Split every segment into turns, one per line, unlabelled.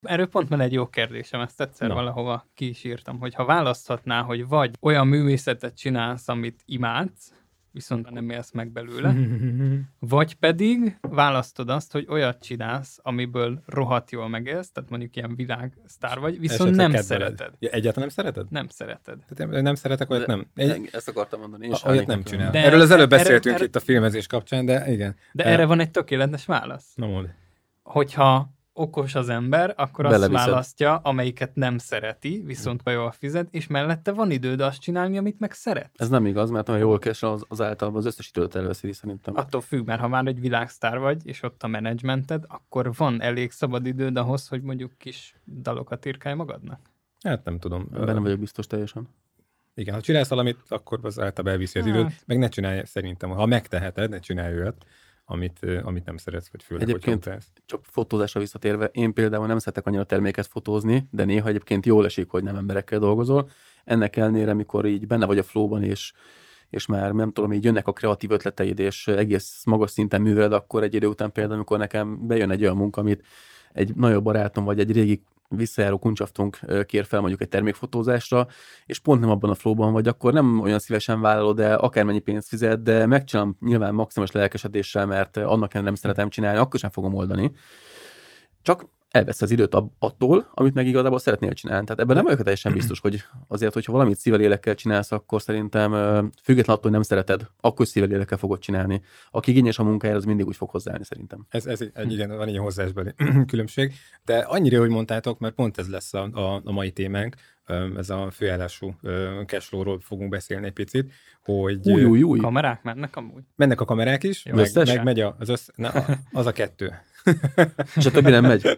Erről pont van egy jó kérdésem, ezt egyszer
Na.
valahova ki is írtam, hogy ha választhatná, hogy vagy olyan művészetet csinálsz, amit imádsz, viszont nem élsz meg belőle, vagy pedig választod azt, hogy olyat csinálsz, amiből rohadt jól megélsz, tehát mondjuk ilyen világsztár vagy, viszont
Esetleg
nem
kedveled.
szereted.
Ja, egyáltalán nem szereted?
Nem szereted.
Tehát nem szeretek, olyat nem.
Ezt akartam mondani. Én
Olyat nem csinál.
De
Erről az előbb
erre-
beszéltünk
erre-
itt a filmezés kapcsán, de igen.
De erre van egy tökéletes válasz.
Na mondd.
Hogyha okos az ember, akkor azt
Beleviszed.
választja, amelyiket nem szereti, viszont jól fizet, és mellette van időd azt csinálni, amit meg szeret.
Ez nem igaz, mert ha jól keresel, az általában az összes időt elveszi szerintem.
Attól függ, mert ha már egy világsztár vagy, és ott a menedzsmented, akkor van elég szabad időd ahhoz, hogy mondjuk kis dalokat írkálj magadnak.
Hát nem tudom.
Ebben nem vagyok biztos teljesen.
Igen, ha csinálsz valamit, akkor az általában elviszi az időt, meg ne csinálj szerintem. Ha megteheted, ne csinálj olyat, amit nem szeretsz, vagy főleg,
Egyébként
hogy
csak fotózásra visszatérve, én például nem szeretek annyira terméket fotózni, de néha egyébként jól esik, hogy nem emberekkel dolgozol. Ennek ellenére, amikor így benne vagy a flowban, és már nem tudom, így jönnek a kreatív ötleteid, és egész magas szinten műveled, akkor egy idő után például, amikor nekem bejön egy olyan munka, amit egy nagyobb barátom, vagy egy régi visszajáró kuncsaftunk kér fel mondjuk egy termékfotózásra, és pont nem abban a flowban vagy, akkor nem olyan szívesen vállalod el, akármennyi pénzt fizet, de megcsinálom nyilván maximális lelkesedéssel, mert annak nem szeretem csinálni, akkor sem fogom oldani. Csak elvesz az időt attól, amit meg igazából szeretnél csinálni. Tehát ebben nem vagyok teljesen biztos, hogy azért, hogyha valamit szívvel lélekkel csinálsz, akkor szerintem függetlenül attól, hogy nem szereted, akkor szívvel lélekkel fogod csinálni. Aki igényes a munkájára, az mindig úgy fog hozzáállni szerintem.
Ez igen, van egy hozzáásbeli különbség, de annyira, hogy mondtátok, mert pont ez lesz a mai témánk, ez a főállású cashflow-ról fogunk beszélni egy picit, hogy
Új.
Kamerák mennek amúgy?
mennek a kamerák is,
Jó,
meg megy az a kettő.
És a többi nem megy.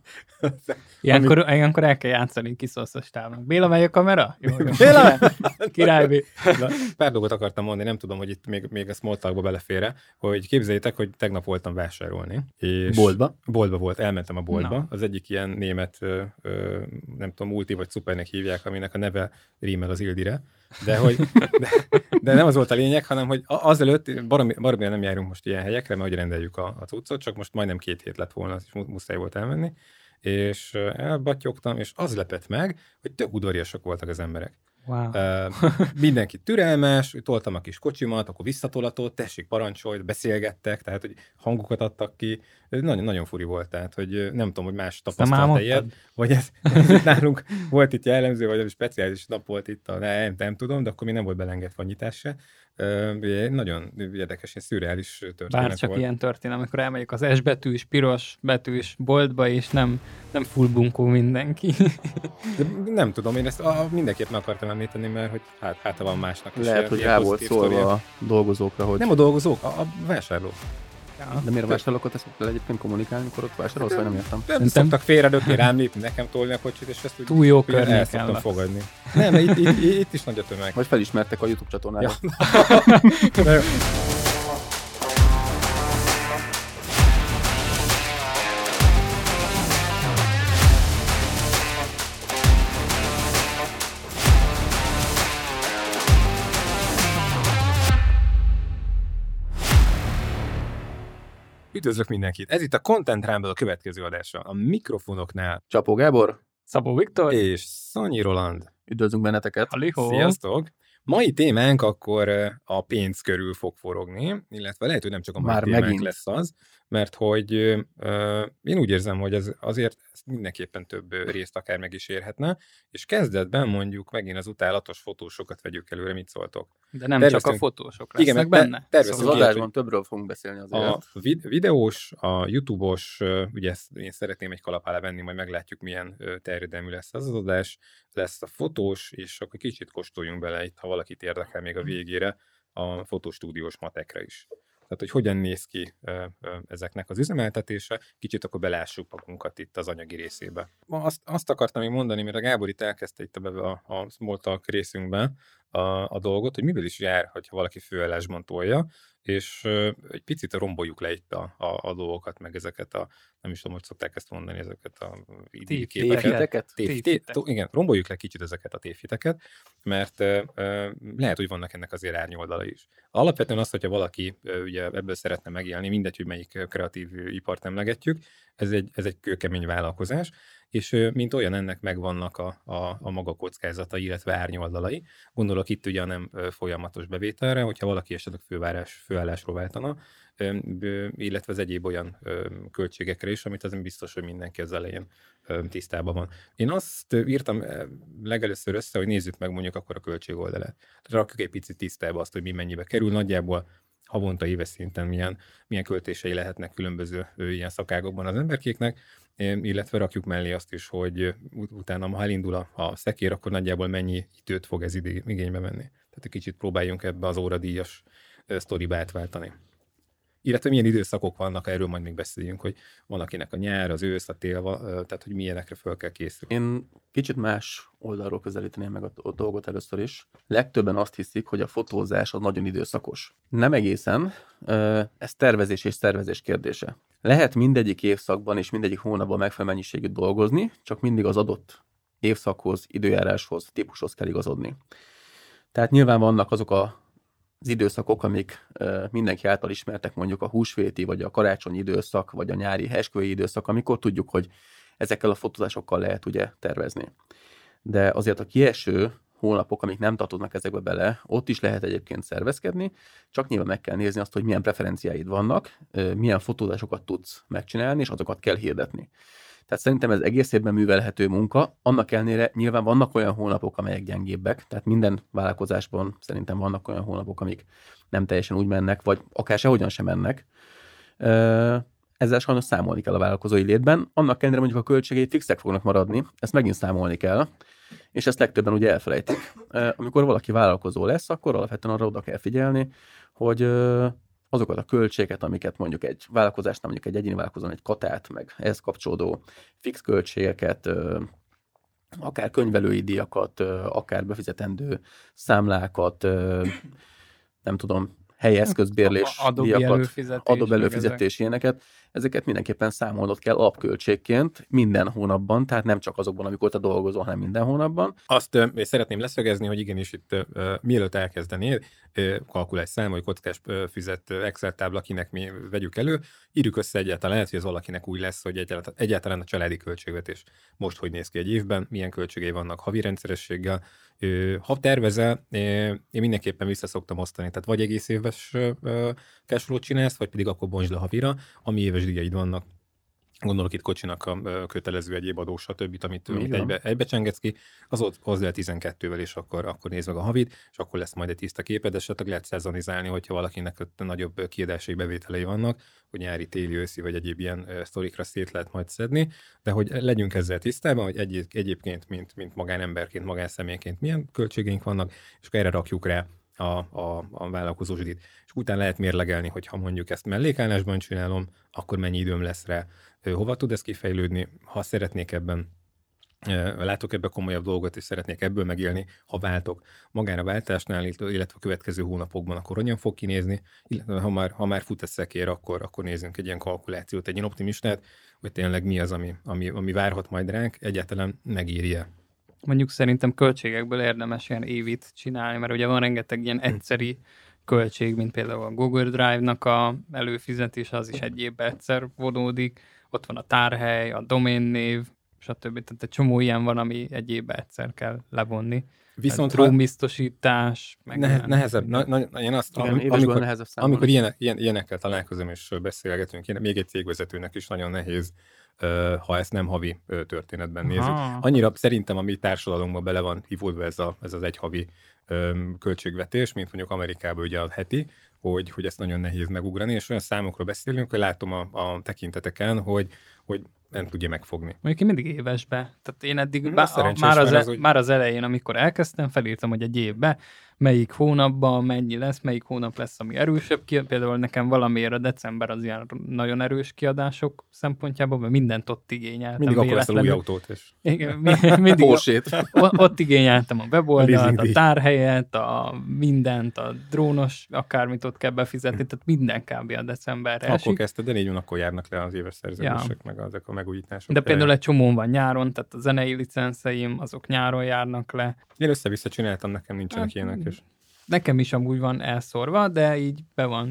Ilyenkor el kell játszani kiszolszos távnak. Béla, megy a kamera? Jó.
Béla!
Király B.
Na, pár dolgot akartam mondani, nem tudom, hogy itt még a small talkba belefér, hogy képzeljétek, hogy tegnap voltam vásárolni. És Boltba volt, elmentem a boltba.
Na.
Az egyik ilyen német, nem tudom, multi vagy szupernek hívják, aminek a neve rímel az Ildire. De nem az volt a lényeg, hanem hogy azelőtt baromira nem járunk most ilyen helyekre, mert hogy rendeljük a cuccot, csak most majdnem 2 hét lett volna, és muszáj volt elmenni. És elbattyogtam, és az lepett meg, hogy tök udvariasak voltak az emberek.
Wow.
Mindenki türelmes, toltam a kis kocsimat, akkor visszatolatott, tessék, parancsolj, beszélgettek, tehát hogy hangokat adtak ki. Nagyon, nagyon furi volt, tehát hogy nem tudom, hogy más tapasztalt ilyet, vagy ez nálunk volt itt jellemző, vagy speciális nap volt itt, nem tudom, de akkor még nem volt belengedve a nyitás se. Nagyon érdekes, és szürreális történet
Bárcsak
volt.
ilyen történet, amikor elmegyek az S betűs, piros betűs boltba, és nem full bunkó mindenki.
De nem tudom, én ezt mindenképp meg akartam említeni, mert hogy hát van másnak is.
Lehet, hogy rá volt szólva a dolgozókra, hogy...
Nem a dolgozók, a vásárlók.
Ja.
De miért a vásárlókat ezt kell egyébként kommunikálni, amikor ott vásárolsz, vagy nem értem?
Nem szoktak félredökni, rám lépni, nekem tolni a kocsit, és ezt
Túl jó
el
környéken
szoktam
laksz.
fogadni. Nem, itt is nagy a tömeg.
Vagy felismertek a YouTube csatornára.
Ja. Üdvözlök mindenkit! Ez itt a Content Rumble a következő adása. A mikrofonoknál
Csapó Gábor,
Szabó Viktor?
és Szanyi Roland.
üdvözlünk benneteket.
Halihó.
Sziasztok! Mai témánk akkor a pénz körül fog forogni, illetve lehet, hogy nem csak a mai
Már
témánk
megint.
lesz az, mert hogy én úgy érzem, hogy ez azért mindenképpen több részt akár meg is érhetne, és kezdetben mondjuk megint az utálatos fotósokat vegyük előre, mit szóltok.
De nem
Terveztünk-
csak a fotósok
Igen,
lesznek
mert
benne?
terveztünk
Szóval az
ilyet,
adásban többről fogunk beszélni azért.
a videós, a YouTube-os, ugye ezt én szeretném egy kalap alá venni, majd meglátjuk, milyen terjedelmű lesz az adás, lesz a fotós, és akkor kicsit kóstoljunk bele itt, ha valakit érdekel még a végére, a fotostúdiós matekra is. Tehát, hogy hogyan néz ki ezeknek az üzemeltetése, kicsit akkor belássuk magunkat itt az anyagi részébe. Azt akartam még mondani, mert a Gábor itt elkezdte itt a small talk részünkben a dolgot, hogy mivel is jár, hogyha valaki főállásban tolja, és egy picit romboljuk le itt a dolgokat, meg ezeket nem is tudom, hogy szokták ezt mondani, ezeket a
Tévhiteket?
Igen, romboljuk le kicsit ezeket a tévhiteket, mert lehet, hogy vannak ennek azért árnyoldala is. Alapvetően az, hogyha valaki ugye ebből szeretne megélni, mindegy, hogy melyik kreatív ipart emlegetjük, ez egy kőkemény vállalkozás, és mint olyan ennek megvannak a maga kockázata, illetve árnyoldalai. Gondolok itt ugye nem folyamatos bevételre, hogyha valaki esetleg főállásról váltana, illetve az egyéb olyan költségekre is, amit azért biztos, hogy mindenki az elején tisztában van. Én azt írtam legelőször össze, hogy nézzük meg mondjuk akkor a költségoldalát. Rakjuk egy picit tisztába azt, hogy mi mennyibe kerül, nagyjából havonta, éves szinten milyen költései lehetnek különböző ilyen szakágokban az emberkéknek, illetve rakjuk mellé azt is, hogy utána, ha elindul a szekér, akkor nagyjából mennyi időt fog ez igénybe venni. Tehát egy kicsit próbáljunk ebbe az óradíjas sztoriba átváltani. Illetve milyen időszakok vannak, erről majd még beszéljünk, hogy van akinek a nyár, az ősz, a tél, tehát hogy milyenekre fel kell készülni.
Én kicsit más oldalról közelíteném meg a dolgot először is. Legtöbben azt hiszik, hogy a fotózás az nagyon időszakos. Nem egészen, ez tervezés és szervezés kérdése. Lehet mindegyik évszakban és mindegyik hónapban megfelelő mennyiségűt dolgozni, csak mindig az adott évszakhoz, időjáráshoz, típushoz kell igazodni. Tehát nyilván vannak azok az időszakok, amik mindenki által ismertek, mondjuk a húsvéti, vagy a karácsonyi időszak, vagy a nyári esküvői időszak, amikor tudjuk, hogy ezekkel a fotózásokkal lehet ugye tervezni. De azért a kieső hónapok, amik nem tartoznak ezekbe bele, ott is lehet egyébként szervezkedni, csak nyilván meg kell nézni azt, hogy milyen preferenciáid vannak, milyen fotózásokat tudsz megcsinálni, és azokat kell hirdetni. Tehát szerintem ez egész évben művelhető munka, annak ellenére nyilván vannak olyan hónapok, amelyek gyengébbek, tehát minden vállalkozásban szerintem vannak olyan hónapok, amik nem teljesen úgy mennek, vagy akár sehogyan sem mennek. Ezzel sajnos számolni kell a vállalkozói létben, annak ellenére mondjuk a költségei fixek fognak maradni, ezt megint számolni kell, és ezt legtöbben ugye elfelejtik. Amikor valaki vállalkozó lesz, akkor alapvetően arra oda kell figyelni, hogy azokat a költségeket, amiket mondjuk egy vállalkozásnál, mondjuk egy egyéni vállalkozón, egy katát, meg ehhez kapcsolódó fix költségeket, akár könyvelői díjakat, akár befizetendő számlákat, nem tudom, helyi eszközbérlés díjakat, adóbelőfizetés ilyeneket, ezeket mindenképpen számolnod kell alapköltségként minden hónapban, tehát nem csak azokban, amikor te dolgozol, hanem minden hónapban.
Azt szeretném leszögezni, hogy igenis itt mielőtt elkezdenél, kalkulálj számolj, kockás füzet, Excel tábla, akinek mi vegyük elő, írjuk össze egyáltalán, lehet, hogy az valakinek úgy lesz, hogy egyáltalán a családi költségvetés most hogy néz ki egy évben, milyen költségei vannak havi rendszerességgel. Ha tervezel, én mindenképpen vissza szoktam osztani, tehát vagy egész éves cashflow-t csinálsz, vagy pedig akkor bontsd le havira, ami éves díjaid vannak. Gondolok itt kocsinak a kötelező egyéb adó, stb., amit egybe csengetsz ki, az ott hozd el 12-vel, és akkor nézd meg a havit, és akkor lesz majd egy tiszta képed, de esetleg lehet szezonizálni, hogyha valakinek nagyobb kiadásai, bevételei vannak, hogy nyári, téli, őszi, vagy egyéb ilyen sztorikra szét lehet majd szedni, de hogy legyünk ezzel tisztában, hogy egyébként, mint magánemberként, magánszemélyként milyen költségeink vannak, és akkor erre rakjuk rá a vállalkozós díjat. És utána lehet mérlegelni, hogy ha mondjuk ezt mellékállásban csinálom, akkor mennyi időm lesz rá, hova tud ez kifejlődni, ha szeretnék ebben, látok ebben komolyabb dolgot, és szeretnék ebből megélni, ha váltok magára váltásnál, illetve a következő hónapokban, akkor hogyan fog kinézni, illetve ha már fut a szekér, akkor nézzünk egy ilyen kalkulációt, egy ilyen optimistát, hogy tényleg mi az, ami várhat majd ránk, egyáltalán megírja.
Mondjuk szerintem költségekből érdemes ilyen évit csinálni, mert ugye van rengeteg ilyen egyszeri költség, mint például a Google Drive-nak a előfizetés, az is egy évben egyszer vonódik, ott van a tárhely, a doménnév, stb. Tehát egy csomó ilyen van, ami egy évben egyszer kell levonni. Viszont trónbiztosítás, meg
nehezebb. Én azt, amikor ilyenekkel találkozom és beszélgetünk, még egy cégvezetőnek is nagyon nehéz, ha ezt nem havi történetben nézzük. Annyira szerintem a mi társadalomban bele van hívódva ez az egy havi költségvetés, mint mondjuk Amerikában ugye a heti, hogy ezt nagyon nehéz megugrani, és olyan számokról beszélünk, hogy látom a tekinteteken, hogy nem tudja megfogni.
Mondjuk én mindig évesbe. Tehát én eddig már az elején, amikor elkezdtem, felírtam, hogy egy évbe melyik hónapban mennyi lesz, melyik hónap lesz, ami erősebb. Például nekem valamiért a december az ilyen nagyon erős kiadások szempontjából, mert mindent ott igényeltem.
Mindig akkor lesz a új autót is.
Igen, mindig ott igényeltem a weboldalt, a tárhelyet, a mindent, a drónos, akármit ott kell befizetni, tehát minden kb. A decemberre esik.
Akkor kezdted, de így akkor járnak le az éves szerződések, meg ezek a megújítások.
De például egy csomón van nyáron, tehát a zenei licenszeim, azok nyáron járnak le.
Én össze-vissza csináltam, nekem nincsenek ilyenek is.
Nekem is amúgy van elszórva, de így be van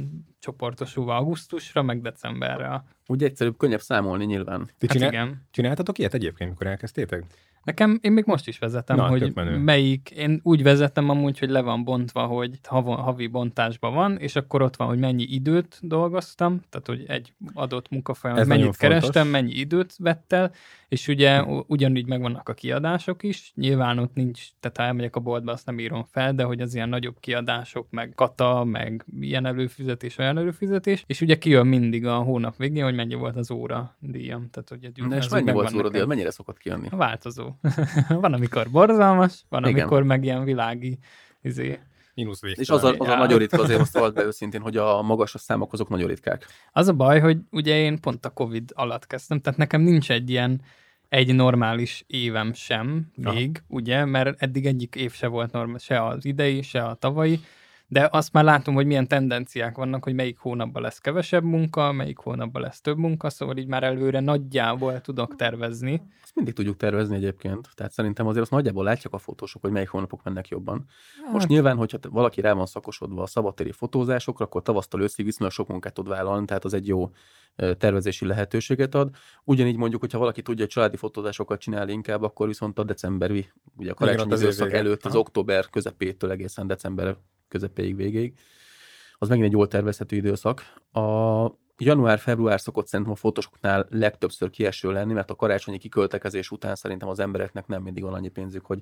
csoportosulva augusztusra, meg decemberre.
Úgy egyszerűbb, könnyebb számolni nyilván.
Igen.
Csináltatok ilyet egyébként, mikor elkezdtétek?
Én még most is vezetem, hogy melyik, én úgy vezetem amúgy, hogy le van bontva, hogy havi bontásban van, és akkor ott van, hogy mennyi időt dolgoztam, tehát hogy egy adott munkafolyamon mennyit kerestem, mennyi időt vett el, és ugye ugyanígy megvannak a kiadások is, nyilván ott nincs, tehát ha elmegyek a boltba, azt nem írom fel, de hogy az ilyen nagyobb kiadások, meg kata, meg ilyen előfizetés, olyan előfizetés, és ugye kijön mindig a hónap végén, hogy mennyi volt az óra díjam. Tehát, hogy
de és mennyi volt az óra díjam? Mennyire szokott kijönni?
Változó. Van, amikor borzalmas, van, amikor meg ilyen világi
mínusz végtelen.
És az a nagyon ritka, azért azt vald be őszintén, hogy a magas számok azok nagyon ritkák.
Az a baj, hogy ugye én pont a Covid alatt kezdtem, tehát nekem nincs egy normális évem sem még, ugye, mert eddig egyik év se volt normális, se az idei, se a tavalyi, de azt már látom, hogy milyen tendenciák vannak, hogy melyik hónapban lesz kevesebb munka, melyik hónapban lesz több munka, szóval így már előre nagyjából tudok tervezni.
Azt mindig tudjuk tervezni egyébként, tehát szerintem azért azt nagyjából látják a fotósok, hogy melyik hónapok mennek jobban. Most nyilván, hogyha valaki rá van szakosodva a szabadtéri fotózásokra, akkor tavasztól őszig viszonylag sok munkát tud vállalni, tehát az egy jó tervezési lehetőséget ad. Ugyanígy mondjuk, hogyha valaki tudja, hogy családi fotózásokat csinál inkább, akkor viszont a decemberi, ugye a karácsonyi időszak előtt, az október közepétől egészen december közepéig, végéig. Az megint egy jól tervezhető időszak. A január-február szokott szerintem a fotósoknál legtöbbször kieső lenni, mert a karácsonyi kiköltekezés után szerintem az embereknek nem mindig van annyi pénzük, hogy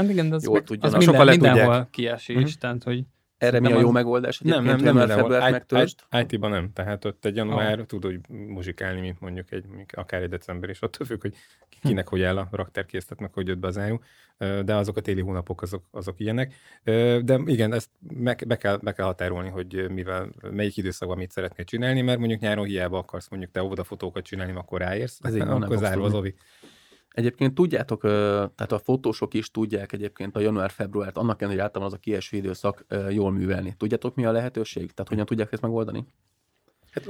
jól tudjanak.
Az mindenhol kiesés, tehát hogy
erre mi a jó megoldás?
Nem január-február megtörst? IT-ban nem. Tehát ott egy január tud úgy muzsikálni, mint mondjuk akár egy december, és attól függ, hogy kinek hogy áll a raktárkészlet, meg hogy jött be az áru. De azok a téli hónapok, azok ilyenek. De igen, ezt be kell határolni, hogy melyik időszakban mit szeretnél csinálni, mert mondjuk nyáron hiába akarsz mondjuk te óvodafotókat csinálni, akkor ráérsz, akkor zárva az ovi.
Egyébként tudjátok, tehát a fotósok is tudják egyébként a január-februárt, annak ellenére, hogy általában az a kieső időszak jól művelni. Tudjátok, mi a lehetőség? Tehát hogyan tudják ezt megoldani?
Hát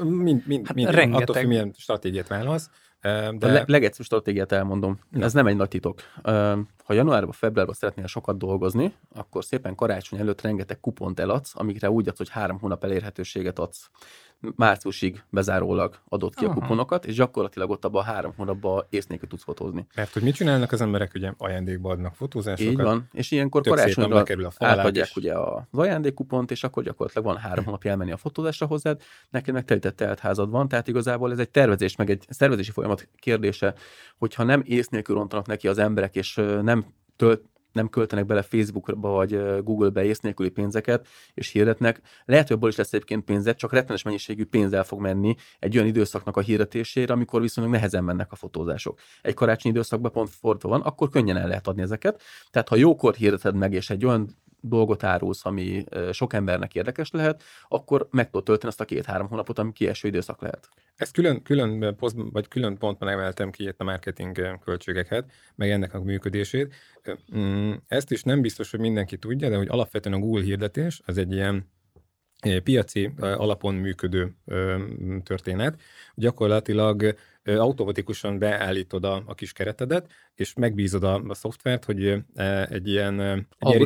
attól függ, milyen stratégiát válasz.
De a legegyszerűbb stratégiát elmondom. Ez nem egy nagy titok. Ha januárban, februárban szeretnél sokat dolgozni, akkor szépen karácsony előtt rengeteg kupont eladsz, amikre úgy adsz, hogy 3 hónap elérhetőséget adsz. Márciusig bezárólag adott ki a kuponokat, és gyakorlatilag ott abban a 3 hónapban ész nélkül tudsz fotózni.
Mert hogy mit csinálnak az emberek, ugye ajándékba adnak fotózásokat.
Így van, és ilyenkor karácsonyra átadják ugye az ajándékkupont, és akkor gyakorlatilag van 3 hónapja elmenni a fotózásra hozzád, neked meg telített teltházad van, tehát igazából ez egy tervezés, meg egy szervezési folyamat kérdése, hogyha nem ész nélkül rontanak neki az emberek, és nem költenek bele Facebookba vagy Google-be ész nélküli pénzeket, és hirdetnek. Lehet, hogy abból is lesz egyébként pénzed, csak rettenes mennyiségű pénz el fog menni egy olyan időszaknak a hirdetésére, amikor viszonylag nehezen mennek a fotózások. Egy karácsonyi időszakban pont fordítva van, akkor könnyen el lehet adni ezeket. Tehát ha jókor hirdeted meg, és egy olyan dolgot árulsz, ami sok embernek érdekes lehet, akkor meg tudod tölteni azt a 2-3 hónapot, ami kieső időszak lehet.
Ezt külön pontban emeltem ki itt a marketing költségeket, meg ennek a működését. Ezt is nem biztos, hogy mindenki tudja, de hogy alapvetően a Google hirdetés az egy ilyen piaci alapon működő történet. Gyakorlatilag automatikusan beállítod a kis keretedet, és megbízod a szoftvert, hogy egy ilyen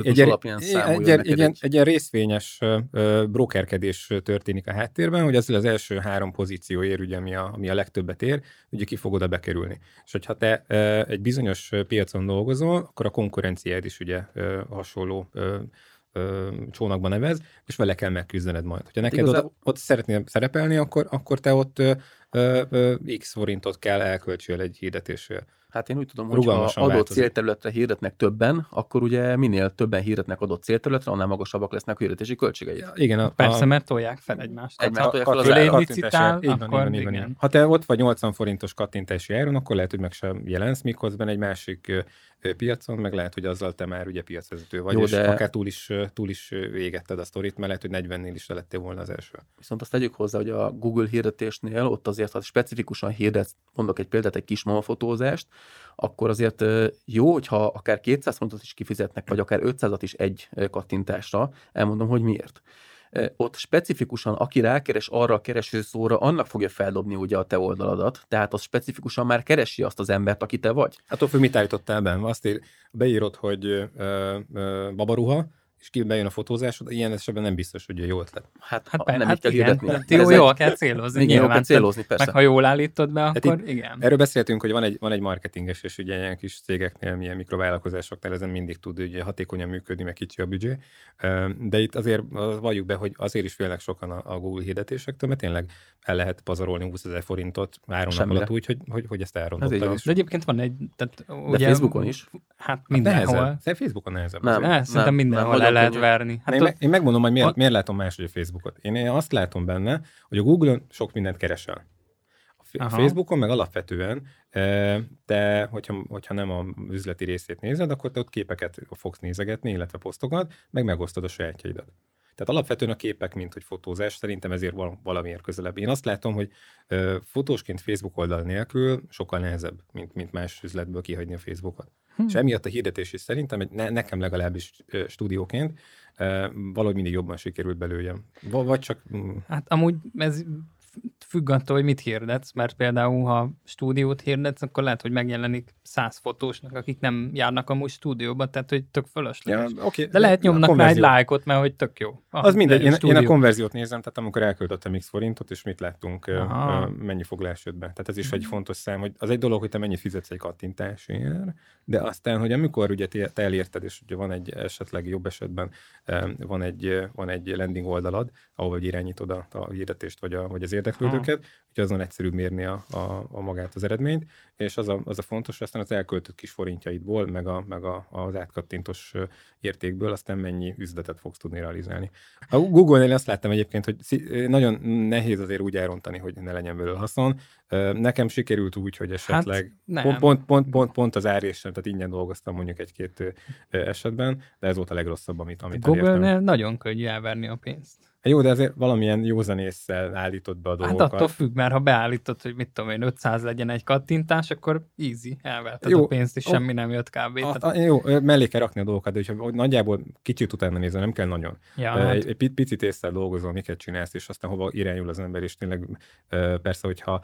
részvényes brokerkedés történik a háttérben, hogy ezzel az első 3 pozícióért, ugye, ami a legtöbbet ér, ugye ki fog oda bekerülni. És hogyha te egy bizonyos piacon dolgozol, akkor a konkurenciád is ugye hasonló csónakban nevez, és vele kell megküzdened majd. Hogyha neked ott szeretnél szerepelni, akkor te ott x forintot kell elköltsél egy hirdetésre.
Hát én úgy tudom, hogy ha adott célterületre hirdetnek többen, akkor ugye minél többen hirdetnek adott célterületre, annál magasabbak lesznek a hirdetési költségei.
Ja, igen,
persze, mert tolják fel egymást.
Tolják fel az árat.
Akkor igen.
Ha te ott vagy 80 forintos kattintási áron, akkor lehet, hogy meg sem jelensz, miközben egy másik piacon, meg lehet, hogy azzal te már ugye piacvezető vagy, és akár túl is égetted a sztorit, mert lehet, hogy 40-nél is lettél volna az első.
Viszont azt tegyük hozzá, hogy a Google hirdetésnél ott azért, ha specifikusan hirdetsz, mondok egy példát, egy kismamafotózást, akkor azért jó, hogyha akár 200 forintot is kifizetnek, vagy akár 500-at is egy kattintásra, elmondom, hogy miért. Ott specifikusan, aki rákeres arra a keresőszóra, annak fogja feldobni ugye a te oldaladat, tehát az specifikusan már keresi azt az embert, aki te vagy.
Attól függ, mit állítottál benne. Azt beírod, hogy babaruha, és ki bejön a fotózásod, ilyen esetben nem biztos, hogy jó ötlet.
Nem így kell hirdetni.
Jól kell célozni.
Igen, jól kell célozni, persze.
Meg ha jól állítod be, akkor igen.
Erről beszéltünk, hogy van egy marketinges, és ugye ilyen kis cégeknél, milyen mikrovállalkozásoknál ezen mindig tud ugye hatékonyan működni, meg kicsi a büdzsé. De itt azért valljuk be, hogy azért is félnek sokan a Google hirdetésektől, mert tényleg el lehet pazarolni 20 000 forintot 3 nap alatt úgy, hogy ezt elrontottad.
De egyébként van egy... Tehát,
de
ugye,
Facebookon is?
Hát mindenhol.
Facebookon nehezebb.
Szerintem mindenhol le lehet verni. Hát
én megmondom, hogy miért látom máshogy a Facebookot. Én azt látom benne, hogy a Google-on sok mindent keresel. A Facebookon meg alapvetően, te, hogyha nem a üzleti részét nézed, akkor te ott képeket fogsz nézegetni, illetve posztokat, meg megosztod a sajátjaidat. Tehát alapvetően a képek, mint hogy fotózás, szerintem ezért valamiért közelebb. Én azt látom, hogy fotósként Facebook oldal nélkül sokkal nehezebb, mint más üzletből kihagyni a Facebookot. És emiatt a hirdetés is szerintem, nekem legalábbis stúdióként valahogy mindig jobban sikerült belőlem. Vagy csak...
Hát amúgy ez függ attól, hogy mit hirdetsz, mert például, ha stúdiót hirdetsz, akkor lehet, hogy megjelenik 100 fotósnak, akik nem járnak amúgy stúdióba, tehát hogy tök fölösleges.
Ja, okay.
De lehet nyomnak rá egy lájkot, mert hogy tök jó.
Az mindegy, én a konverziót nézem, tehát amikor elköltöttem X forintot, és mit láttunk, mennyi foglás jött be. Tehát ez is egy fontos szám, hogy az egy dolog, hogy te mennyit fizetsz egy kattintásért, de aztán, hogy amikor ugye te elérted, és ugye van egy esetleg jobb esetben van egy landing oldalad, ahol irányítod a hirdetést, vagy az érdeklődőket, hogy azon egyszerűbb mérni a magát az eredményt, és az a fontos, hogy aztán az elköltött kis forintjaidból, meg az átkattintós értékből aztán mennyi üzletet fogsz tudni realizálni. A Google-nél azt láttam egyébként, hogy nagyon nehéz azért úgy elrontani, hogy ne legyen belőle haszon. Nekem sikerült úgy, hogy esetleg pont az árésem, tehát ingyen dolgoztam mondjuk egy-két esetben, de ez volt a legrosszabb, amit
Google-nél nagyon könnyű elverni a pénzt.
Jó, de azért valamilyen józanésszel állítod be a dolgokat.
Hát attól függ, mert ha beállítod, hogy mit tudom én, 500 legyen egy kattintás, akkor easy, elverted a pénzt, és semmi nem jött kb.
Jó, mellé kell rakni a dolgokat, de hogyha nagyjából kicsit utána nézve, nem kell nagyon.
Ja,
egy picit észre dolgozol, miket csinálsz, és aztán hova irányul az ember, és tényleg persze, hogyha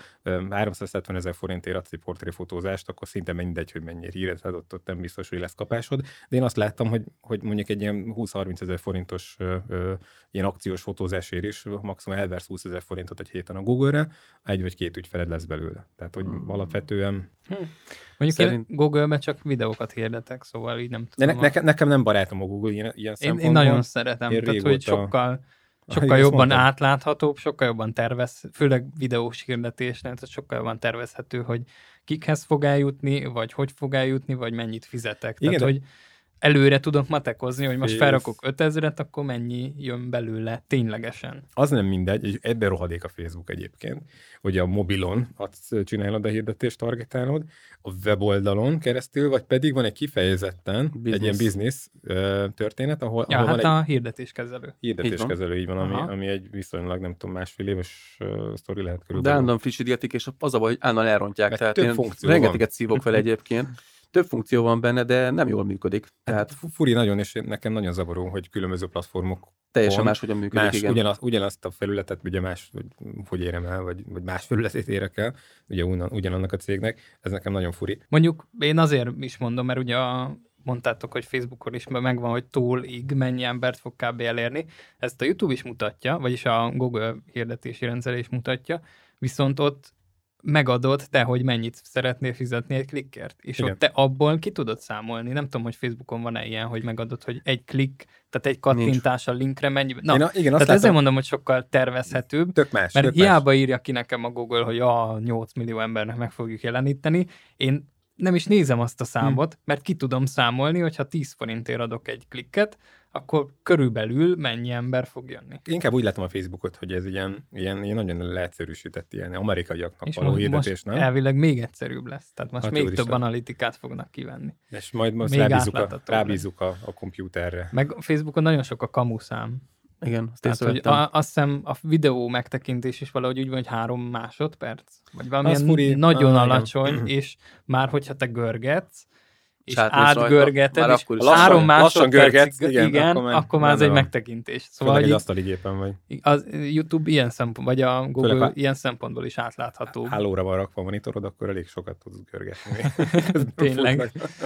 370 000 forintért adsz egy portréfotózást, akkor szinte mindegy, hogy mennyire híret ott nem biztos, hogy lesz kapásod. De én azt láttam, hogy mondjuk egy ilyen 20-30 000 forintos ilyen akciós fotózásért is maximum elversz 20 000 forintot egy héten a Google-re, egy vagy két ügyfeled lesz belőle. Tehát, hogy alapvetően...
Mondjuk én Google-be csak videókat hirdetek, szóval így nem tudom.
De nekem nem barátom a Google ilyen szempontból.
Én nagyon szeretem, tehát hogy sokkal jobban átláthatóbb, sokkal jobban főleg videós hirdetésnél, tehát sokkal jobban tervezhető, hogy kikhez fog eljutni, vagy hogy fog eljutni, vagy mennyit fizetek. Igen, tehát, hogy előre tudok matekozni, hogy most felrakok 5000-et, akkor mennyi jön belőle ténylegesen.
Az nem mindegy, ebben rohadék a Facebook egyébként, hogy a mobilon csinálod a hirdetést, targetálod, a weboldalon keresztül, vagy pedig van egy kifejezetten egy ilyen biznisz történet, ahol van egy...
a hirdetéskezelő.
Hirdetéskezelő, így van, ami egy viszonylag, nem tudom, másfél éves sztori lehet körülbelül.
De állandóan frissítik, és az a baj, hogy állandóan elrontják. Tehát én rengeteget szívok fel egyébként. Több funkció van benne, de nem jól működik. Tehát
furi nagyon, és nekem nagyon zavaró, hogy különböző platformok
teljesen máshogyan működik, igen.
Ugyanazt a felületet, ugye más, hogy érem el, vagy más felületét érek el, ugye ugyanannak a cégnek, ez nekem nagyon furi.
Mondjuk én azért is mondom, mert ugye mondtátok, hogy Facebookon is megvan, hogy túlig mennyi embert fog kb. Elérni. Ezt a YouTube is mutatja, vagyis a Google hirdetési rendszer is mutatja, viszont ott megadod te, hogy mennyit szeretnél fizetni egy klikkért. És igen. Ott te abból ki tudod számolni. Nem tudom, hogy Facebookon van-e ilyen, hogy megadod, hogy egy klikk, tehát egy kattintás a linkre mennyi. Na, igen, tehát ezért mondom, hogy sokkal tervezhetőbb. Mert hiába írja ki nekem a Google, hogy 8 millió embernek meg fogjuk jeleníteni. Én nem is nézem azt a számot, mert ki tudom számolni, hogyha 10 forintért adok egy klikket, akkor körülbelül mennyi ember fog jönni.
Inkább úgy látom a Facebookot, hogy ez ilyen nagyon leegyszerűsít ilyen amerikaiaknak való hirdetés, nem?
Elvileg még egyszerűbb lesz. Tehát most még több analitikát fognak kivenni.
És majd rábízzuk a kompjúterre.
Meg Facebookon nagyon sok a kamuszám.
Igen,
tehát, hogy azt hiszem a videó megtekintés is valahogy úgy van, hogy 3 másodperc, vagy valamilyen nagyon alacsony, és már hogyha te görgetsz, és átgörgeted, és 3 másodpercig, igen, akkor már ez egy megtekintés.
Szóval egy asztali gépen vagy.
Az YouTube ilyen szempont, vagy a Google ilyen szempontból is átlátható.
Hálóra van rakva a monitorod, akkor elég sokat tudsz görgetni.
Tényleg.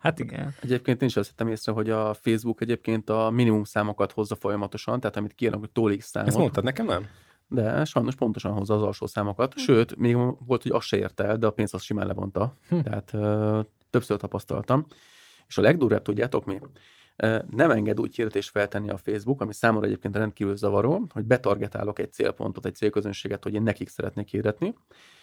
Hát igen.
Egyébként én is azt vettem észre, hogy a Facebook egyébként a minimum számokat hozza folyamatosan, tehát amit kiírnak, hogy túl X számot.
Ezt mondtad, nekem nem?
De sajnos pontosan hozza az alsó számokat. Sőt, még volt, hogy azt se érte el, de a pénzt azt simán levonta. Tehát többször tapasztaltam. És a legdurvább, tudjátok mi? Nem enged úgy hirdetést feltenni a Facebook, ami számomra egyébként rendkívül zavaró, hogy betargetálok egy célpontot, egy célközönséget, hogy én nekik szeretnék hirdetni,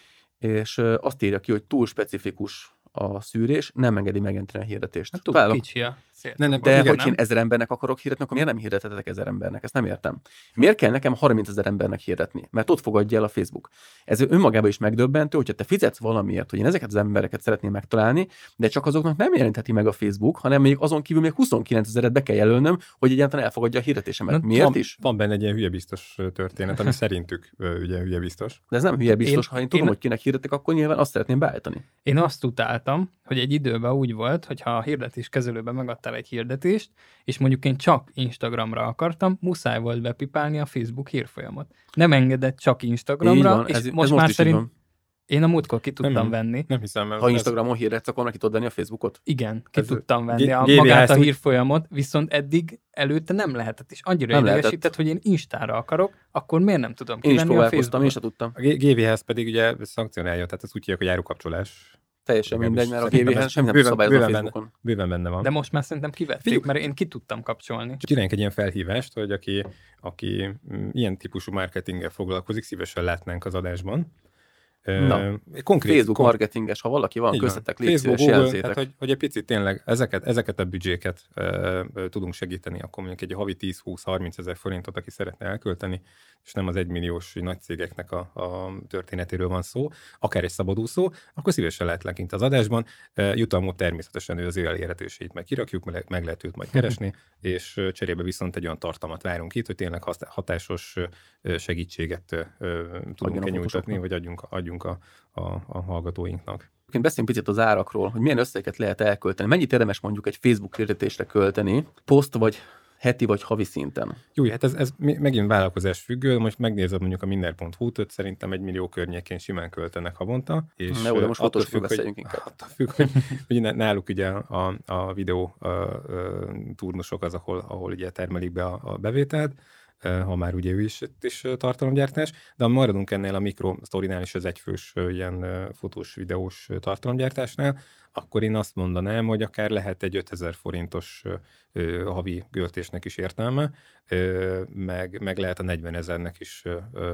és azt írja ki, hogy túl specifikus a szűrés, nem engedi megjelenteni a hirdetést.
Hát túl kicsi a cél.
De igen, hogy én 1000 embernek akarok hirdetni, akkor miért nem hirdetetek 1000 embernek? Ezt nem értem. Miért kell nekem 30 000 embernek hirdetni? Mert ott fogadja el a Facebook. Ez önmagában is megdöbbentő, hogyha te fizetsz valamiért, hogy én ezeket az embereket szeretném megtalálni, de csak azoknak nem jelentheti meg a Facebook, hanem még azon kívül még 29 000-et be kell jelölnöm, hogy egyáltalán elfogadja a hirdetésemet. Miért is?
Van benne egy ilyen hülye biztos történet, ami szerintük ugye hülye biztos.
De ez nem hülye biztos, ha én tudom, hogy kinek hirdetek, akkor nyilván azt szeretném beállítani.
Én azt utáltam, hogy egy időben úgy volt, hogy ha a hirdetés kezelőben megadtál egy hirdetést, és mondjuk én csak Instagramra akartam, muszáj volt bepipálni a Facebook hírfolyamot. Nem engedett csak Instagramra,
van,
és
ez
most már szerint én a múltkor ki tudtam venni.
Nem hiszem, mert
ha Instagramon hirdetsz, akkor neki tudod venni a Facebookot?
Igen, ki tudtam venni
GVH
magát a hírfolyamot, viszont eddig előtte nem lehetett, és annyira idegesített, hogy én Instára akarok, akkor miért nem tudom kivenni a Facebookot?
Én sem tudtam.
A GVH ugye szankcionálja, tehát ezt úgy hívják, hogy járukapcsolás.
Teljesen mindegy, mert a GVH semmi nem szabályoz a Facebookon.
Bőven benne van.
De most már szerintem kivették, mert én ki tudtam kapcsolni.
Csináljunk egy ilyen felhívást, hogy aki ilyen típusú marketinggel foglalkozik, szívesen látnánk az adásban.
Na, Facebook marketinges, ha valaki van, köztetek, légy szíves, jelzétek.
Hát, hogy egy picit tényleg ezeket a büdzséket tudunk segíteni, akkor mondjuk egy havi 10-20-30 ezer forintot, aki szeretne elkölteni, és nem az 1 milliós nagy cégeknek a történetéről van szó, akár egy szabadúszó, akkor szívesen lehet kint az adásban. Jutalmot természetesen ő az ő elérhetőségét meg kirakjuk, meg lehet őt majd keresni, és cserébe viszont egy olyan tartalmat várunk itt, hogy tényleg hatásos segítséget tudunk nyújtatni, vagy adjunk a hallgatóinknak.
Beszéljünk picit az árakról, hogy milyen összeget lehet elkölteni. Mennyit érdemes mondjuk egy Facebook hirdetésre költeni, poszt vagy heti vagy havi szinten?
Jó, hát ez megint vállalkozás függő, most megnézed mondjuk a minden.hu-t, szerintem 1 millió környékén simán költenek havonta. És
de most fotósról beszéljünk inkább.
Attól függ, hogy náluk ugye a videó turnusok az, ahol ugye termelik be a bevételt, ha már ugye ő is tartalomgyártás, de maradunk ennél a mikrosztorinál is az egyfős ilyen fotós, videós tartalomgyártásnál, akkor én azt mondanám, hogy akár lehet egy 5000 forintos havi költésnek is értelme, meg lehet a 40 000-nek is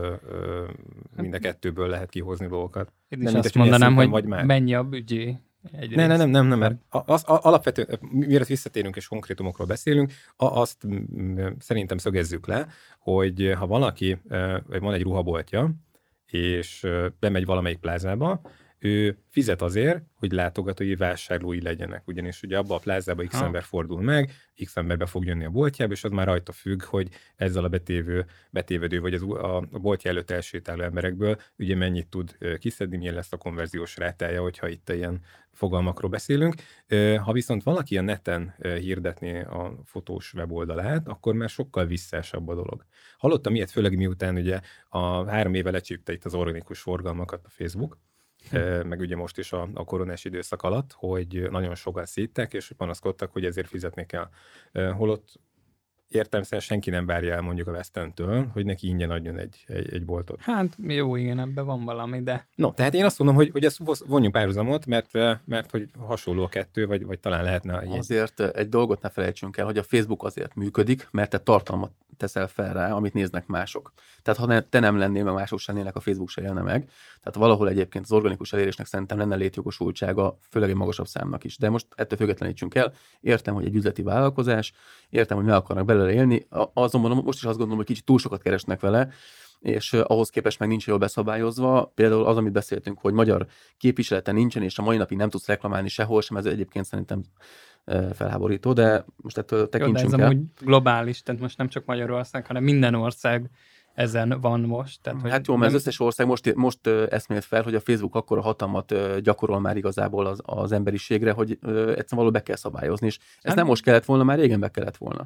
mind a kettőből lehet kihozni dolgokat.
Én is azt mondanám, hogy mennyi a büdzsé.
Nem, mert alapvetően, mielőtt visszatérünk és konkrétumokról beszélünk, azt szerintem szögezzük le, hogy ha valaki, vagy van egy ruhaboltja, és bemegy valamelyik plázába, ő fizet azért, hogy látogatói vásárlói legyenek, ugyanis ugye abba a plázába x ember fordul meg, x ember be fog jönni a boltjába, és az már rajta függ, hogy ezzel a betévedő, vagy a boltja előtt elsétáló emberekből ugye mennyit tud kiszedni, milyen lesz a konverziós rátája, hogyha itt ilyen fogalmakról beszélünk. Ha viszont valaki a neten hirdetné a fotós weboldalát, akkor már sokkal visszásabb a dolog. Hallottam ilyet, főleg miután ugye a 3 éve lecsípte itt az organikus forgalmakat a Facebook, meg ugye most is a koronás időszak alatt, hogy nagyon sokan szíttek, és panaszkodtak, hogy ezért fizetni kell. Holott értelemszerűen senki nem várja el mondjuk a West End-től, hogy neki ingyen adjon egy boltot.
Hát jó, igen, ebben van valami, de...
No, tehát én azt mondom, hogy ezt vonjunk párhuzamot, mert hogy hasonló a kettő, vagy talán lehetne...
Azért egy dolgot ne felejtsünk el, hogy a Facebook azért működik, mert te tartalmat teszel fel rá, amit néznek mások. Tehát ha te nem lennél, meg mások sem lennének, a Facebook se élne meg. Tehát valahol egyébként az organikus elérésnek szerintem lenne létjogosultsága, főleg egy magasabb számnak is. De most ettől függetlenítsünk el. Értem, hogy egy üzleti vállalkozás, értem, hogy meg akarnak belőle élni, azonban most is azt gondolom, hogy kicsit túl sokat keresnek vele, és ahhoz képest meg nincs jól beszabályozva. Például az, amit beszéltünk, hogy magyar képviselete nincsen, és a mai napig nem tudsz reklamálni sehol sem, ez egyébként szerintem felháborító, de most ettől tekintsünk el.
Ez amúgy globális, tehát most nem csak Magyarország, hanem minden ország ezen van most. Tehát, hogy
hát jó, mert az összes ország most eszmélt fel, hogy a Facebook akkora hatalmat gyakorol már igazából az emberiségre, hogy egyszerűen valahol be kell szabályozni, és ezt nem most kellett volna, már régen be kellett volna.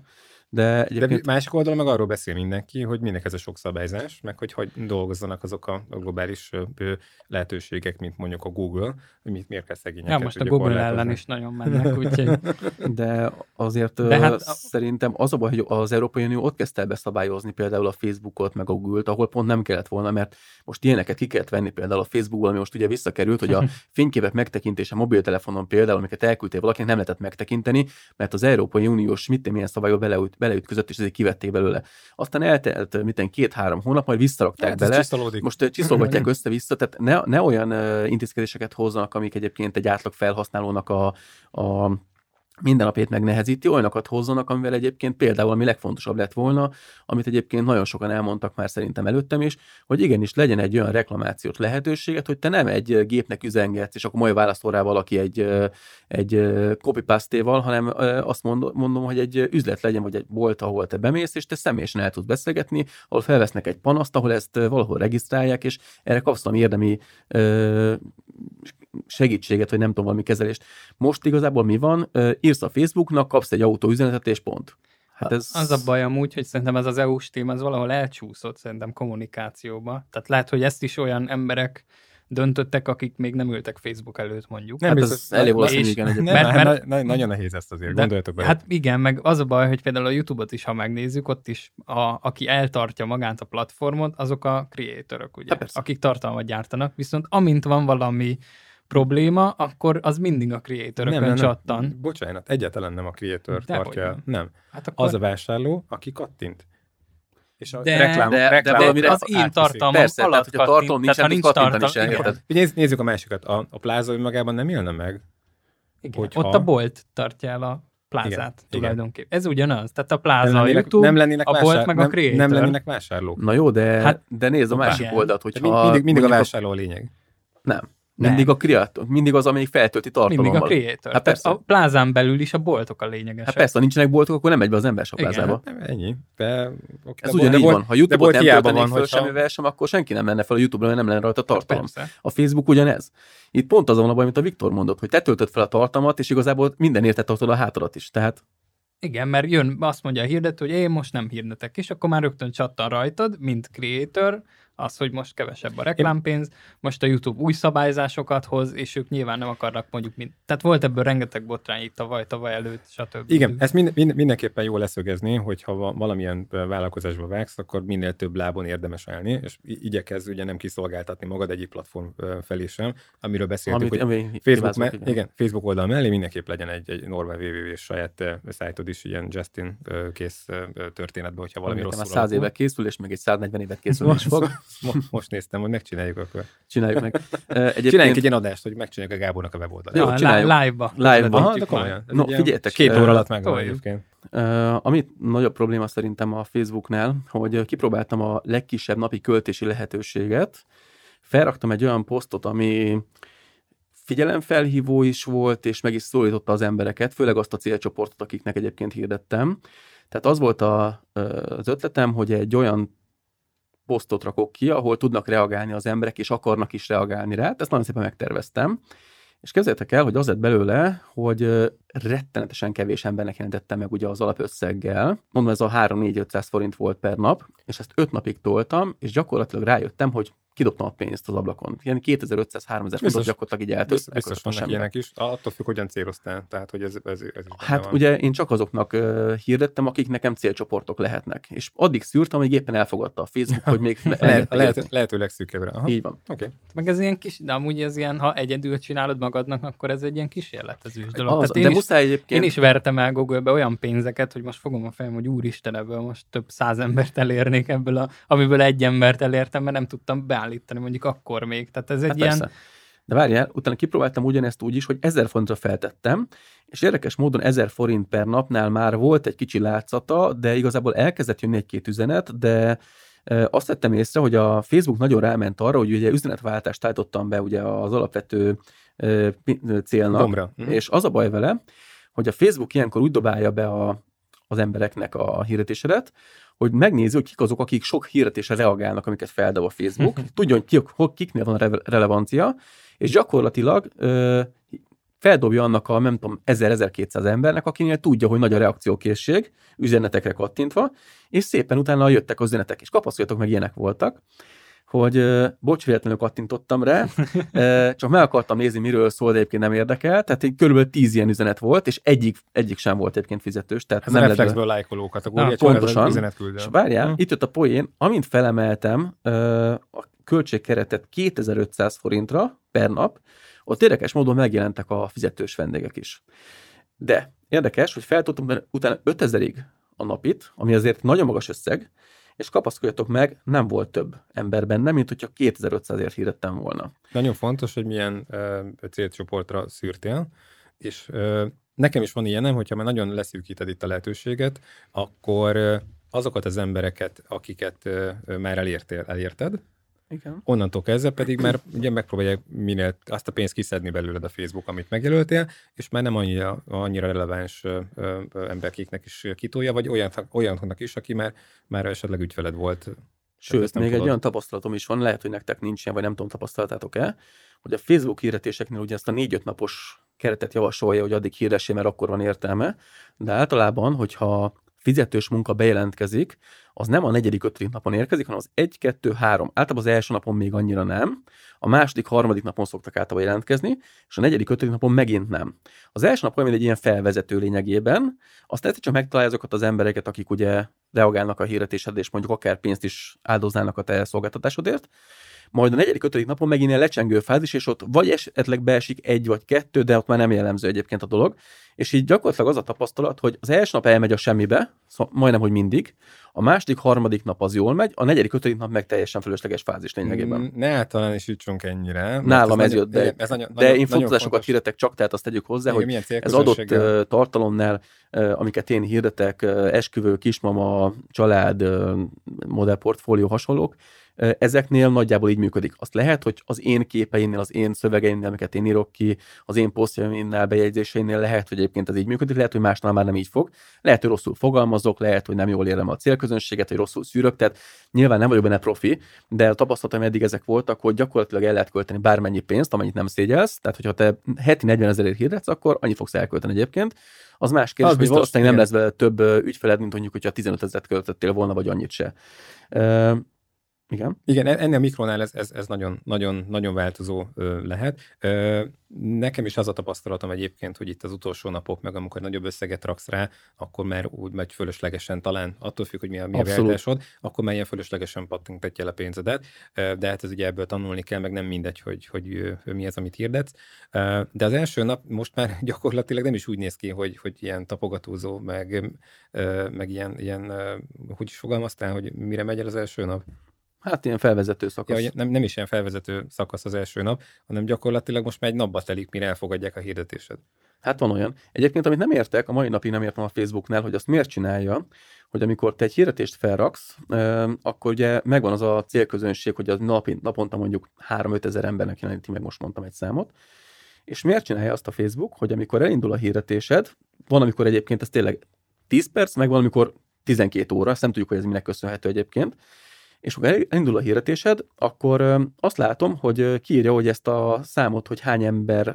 De egyébként...
De másik oldalon meg arról beszél mindenki, hogy minek ez a sok szabályzás, meg hogy dolgozzanak azok a globális lehetőségek, mint mondjuk a Google, hogy miért kell szegényeket.
Ja, most a Google ellen is nagyon mennek, úgyhogy...
De azért szerintem az a baj, hogy az Európai Unió ott kezdte el beszabályozni például a Facebookot, meg a Google-t, ahol pont nem kellett volna, mert most ilyeneket ki kellett venni például a Facebookból, ami most ugye visszakerült, hogy a fényképek megtekintése mobiltelefonon például, amiket elküldtél valakinek, nem lehetett megtekinteni, mert az Európai Uniós milyen szabályok beleütközött, és ezért kivették belőle. Aztán eltelt 2-3 hónap, majd visszarakták bele. Most csiszolgatják össze-vissza, tehát ne olyan intézkedéseket hozzanak, amik egyébként egy átlag felhasználónak a mindennapjét megnehezíti, olyanokat hozzanak, amivel egyébként például, ami legfontosabb lett volna, amit egyébként nagyon sokan elmondtak már szerintem előttem is, hogy igenis legyen egy olyan reklamációs lehetőséget, hogy te nem egy gépnek üzengetsz, és akkor majd válaszol rá valaki egy copy-pastéval, hanem azt mondom, hogy egy üzlet legyen, vagy egy bolt, ahol te bemész, és te személyesen el tudsz beszélgetni, ahol felvesznek egy panaszt, ahol ezt valahol regisztrálják, és erre kapsz valami érdemi segítséget, vagy nem tudom, valami kezelést. Most igazából mi van? Írsz a Facebooknak, kapsz egy autóüzenetet, és pont. Hát ez...
Az a baj amúgy, hogy szerintem ez az EU-s téma, az valahol elcsúszott szerintem kommunikációba. Tehát lehet, hogy ezt is olyan emberek döntöttek, akik még nem ültek Facebook előtt, mondjuk.
Nem,
hát
biztos,
elég valószínű, igen.
Nagyon nehéz ezt azért, gondoljatok bele.
Hát igen, meg az a baj, hogy például a YouTube-ot is, ha megnézzük, ott is, aki eltartja magát a platformot, azok a creatorok, ugye, akik tartalmat gyártanak, viszont amint van valami probléma, akkor az mindig a creatorokon csattan.
Nem. Bocsánat, egyáltalán nem a creator tartja el. Nem.
Hát akkor...
Az a vásárló, aki kattint. És a
de
valamire
az én tartalmam alatt kattint, tehát ha nincs tartalom.
Nézzük a másikat. A pláza önmagában nem élne meg.
Igen, hogyha... ott a bolt tartja el a plázát tulajdonképpen. Ez ugyanaz. Tehát a pláza a YouTube, a bolt meg a creator.
Nem lennének vásárlók.
Na jó, de nézd a másik oldalt, hogyha...
Mindig a vásárló a lényeg.
Nem. Mindig a kreator, mindig az, amelyik feltölti tartalommal.
Mindig a creator. Hát persze. A plázán belül is a boltok a lényegesek.
Hát persze, ha nincsenek boltok, akkor nem megy be az ember a plázába.
Igen, ennyi. De,
ez ugyanígy van. Ha YouTube-ot nem töltenék föl semmivel sem, akkor senki nem menne fel a YouTube-ra, nem lenne rajta tartalom. Persze. A Facebook ugyanez. Itt pont azon a baj, amit a Viktor mondott, hogy te töltöd fel a tartalmat, és igazából minden értet tartod a hátadat is. Tehát...
Igen, mert jön, azt mondja a hirdető, hogy én most nem hirdetek, és akkor már rögtön csattan rajtad, mint creator, az, hogy most kevesebb a reklámpénz, most a YouTube új szabályzásokat hoz, és ők nyilván nem akarnak mondjuk tehát volt ebből rengeteg botrány itt tavaly előtt, stb.
Igen, ezt mindenképpen jó leszögezni, hogyha valamilyen vállalkozásba vágsz, akkor minél több lábon érdemes állni, és igyekezz ugye nem kiszolgáltatni magad egyik platform felé sem, amiről beszéltük, hogy Facebook oldal mellé mindenképp legyen egy normál www saját szájtod is ilyen Justin kész történetben, hogyha valami rosszul
100 éve készül, és meg egy 140 évet készül is fog.
Most néztem, hogy megcsináljuk akkor.
Csináljuk meg.
Csináljunk egy ilyen adást, hogy megcsináljuk a Gábornak a weboldalát.
Live-ba.
Aha, de komolyan.
No, figyeljetek.
2 óra alatt megvan egyébként.
Amit nagyobb probléma szerintem a Facebooknál, hogy kipróbáltam a legkisebb napi költési lehetőséget, felraktam egy olyan posztot, ami figyelemfelhívó is volt, és meg is szólította az embereket, főleg azt a célcsoportot, akiknek egyébként hirdettem. Tehát az volt az ötletem, hogy egy olyan posztot rakok ki, ahol tudnak reagálni az emberek, és akarnak is reagálni rá. Ezt nagyon szépen megterveztem. És képzeljétek el, hogy az lett belőle, hogy rettenetesen kevés embernek jelentettem meg ugye az alapösszeggel. Mondom, ez a 3-4-500 forint volt per nap, és ezt 5 napig toltam, és gyakorlatilag rájöttem, hogy kidobtam a pénzt az ablakon. Ilyen 2500-3000 fontot gyakorlatilag így eltűnt.
Biztos vannak ilyenek is. Attól függ, hogyan céloztál. Tehát, hogy ez
hát van. Ugye én csak azoknak hirdettem, akik nekem célcsoportok lehetnek. És addig szűrtem, hogy éppen elfogadta a Facebook, hogy még
lehetőleg szűkebbre.
Így van.
Okay.
Meg ez ilyen kis, de amúgy ez ilyen, ha egyedül csinálod magadnak, akkor ez egy ilyen kísérletezős dolog.
Az,
én is vertem el Google-be olyan pénzeket, hogy most fogom a fejem, hogy úristen, ebből most több 100 embert elérnék ebből, amiből egy embert elértem, mert nem tudtam beállítani, mondjuk akkor még. Tehát ez egy ilyen...
Persze. De várjál, utána kipróbáltam ugyanezt úgy is, hogy 1000 forintra feltettem, és érdekes módon 1000 forint per napnál már volt egy kicsi látszata, de igazából elkezdett jönni egy-két üzenet, de azt vettem észre, hogy a Facebook nagyon ráment arra, hogy ugye üzenetváltást állítottam be ugye az alapvető célnak,
Gombra.
És az a baj vele, hogy a Facebook ilyenkor úgy dobálja be az embereknek a hirdetésedet, hogy megnézi, hogy kik azok, akik sok hirdetésre reagálnak, amiket feldob a Facebook, tudja, hogy kiknél van a relevancia, és gyakorlatilag feldobja annak a, nem tudom, 1000-1200 embernek, akinél tudja, hogy nagy a reakciókészség, üzenetekre kattintva, és szépen utána jöttek az üzenetek, és kapaszkodjatok meg, ilyenek voltak, hogy bocs, véletlenül kattintottam rá, csak meg akartam nézni, miről szól, de egyébként nem érdekel, tehát körülbelül 10 ilyen üzenet volt, és egyik sem volt egyébként fizetős. Tehát
ez
nem
a reflexből lájkoló kategória,
pontosan. És várjál, itt jött a poén, amint felemeltem a költségkeretet 2500 forintra per nap, ott érdekes módon megjelentek a fizetős vendégek is. De érdekes, hogy feltudtam utána 5000-ig a napit, ami azért nagyon magas összeg, és kapaszkodjatok meg, nem volt több ember benne, mint hogyha 2500-ért hirdettem volna.
Nagyon fontos, hogy milyen célcsoportra szűrtél, és nekem is van ilyenem, hogyha már nagyon leszűkíted itt a lehetőséget, akkor azokat az embereket, akiket már elérted,
igen.
Onnantól kezdve pedig már ugye megpróbálják minél azt a pénzt kiszedni belőled a Facebook, amit megjelöltél, és már nem annyira releváns emberkéknek is kitolja, vagy olyanoknak is, aki már esetleg ügyfeled volt.
Sőt, még egy olyan tapasztalatom is van, lehet, hogy nektek nincs ilyen, vagy nem tudom, tapasztaltátok-e, hogy a Facebook hirdetéseknél ugye ezt a 4-5 napos keretet javasolja, hogy addig hirdessé, mert akkor van értelme, de általában, hogyha fizetős munka bejelentkezik, az nem a 4.-5. napon érkezik, hanem az 1, 2, 3. Általában az első napon még annyira nem, a második, harmadik napon szoktak általában jelentkezni, és a 4.-5. napon megint nem. Az első nap olyan, mint egy ilyen felvezető lényegében, azt egyszer csak megtalálja azokat az embereket, akik ugye reagálnak a hirdetésedre, és mondjuk akár pénzt is áldoznának a te szolgáltatásodért, majd a 4.-5. napon megint ilyen lecsengő fázis, és ott vagy esetleg beesik 1 vagy 2, de ott már nem jellemző egyébként a dolog. És így gyakorlatilag az a tapasztalat, hogy az első nap elmegy a semmibe, szóval majdnem, hogy mindig, a második, harmadik nap az jól megy, a 4.-5. nap meg teljesen fölösleges fázis lényegében.
Ne általánosítsunk ennyire.
Nálam ez jött be. De én fotózásokat hirdetek csak, tehát azt tegyük hozzá, hogy ez adott tartalomnál, amiket én hirdetek, esküvő, kismama, család, modellportfólió, hasonlók, ezeknél nagyjából így működik. Azt lehet, hogy az én képeimnél, az én szövegeimnél, amiket én írok ki, az én posztjaimnél, bejegyzéseimnél lehet, hogy egyébként ez így működik, lehet, hogy másnál már nem így fog. Lehet, hogy rosszul fogalmazok, lehet, hogy nem jól érem a célközönséget, hogy rosszul szűrök, tehát nyilván nem vagyok benne profi, de a tapasztalatom eddig ezek voltak, hogy gyakorlatilag el lehet költeni bármennyi pénzt, amennyit nem szégyelsz, tehát hogyha te heti 40 000-ért hirdetsz, akkor annyit fogsz elkölteni egyébként. Az más kérdés, hogy valószínűleg nem lesz vele több ügyfeled, mint mondjuk, hogyha 15 000 költöttél volna, vagy annyit se.
Igen, ennél a mikronál ez nagyon változó lehet. Nekem is az a tapasztalatom egyébként, hogy itt az utolsó napok, meg amikor nagyobb összeget raksz rá, akkor már úgy megy fölöslegesen, talán attól függ, hogy mi a beállításod, akkor már ilyen fölöslegesen pattintatja el a pénzedet, de hát ez ugye ebből tanulni kell, meg nem mindegy, hogy mi az, amit hirdetsz. De az első nap most már gyakorlatilag nem is úgy néz ki, hogy ilyen tapogatózó, meg ilyen, hogy is fogalmaztál, hogy mire megy el az első nap?
Hát ilyen felvezető szakasz.
Ja, nem is ilyen felvezető szakasz az első nap, hanem gyakorlatilag most már egy napba telik, mire elfogadják a hirdetésed.
Hát van olyan. Egyébként, amit nem értek, a mai napig nem értem a Facebooknál, hogy azt miért csinálja, hogy amikor te egy hirdetést felraksz, akkor ugye megvan az a célközönség, hogy az naponta mondjuk 3-5 ezer embernek jeleníti, meg most mondtam egy számot, és miért csinálja azt a Facebook, hogy amikor elindul a hirdetésed, van, amikor egyébként ez tényleg 10 perc, meg van, amikor 12 óra, ezt nem tudjuk, hogy ez minek köszönhető egyébként, és amikor elindul a hirdetésed, akkor azt látom, hogy kiírja, hogy ezt a számot, hogy hány ember,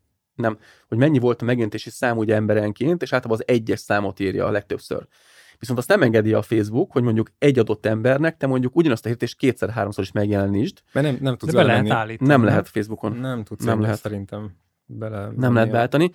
hogy mennyi volt a megjelenítési szám ugye emberenként, és általában az egyes számot írja a legtöbbször. Viszont azt nem engedi a Facebook, hogy mondjuk egy adott embernek te mondjuk ugyanazt a hirdetést 2-3-szor is megjelenítsd.
Mert nem tudsz
nem lehet Facebookon.
Nem tudsz szerintem.
Nem lehet beállítani.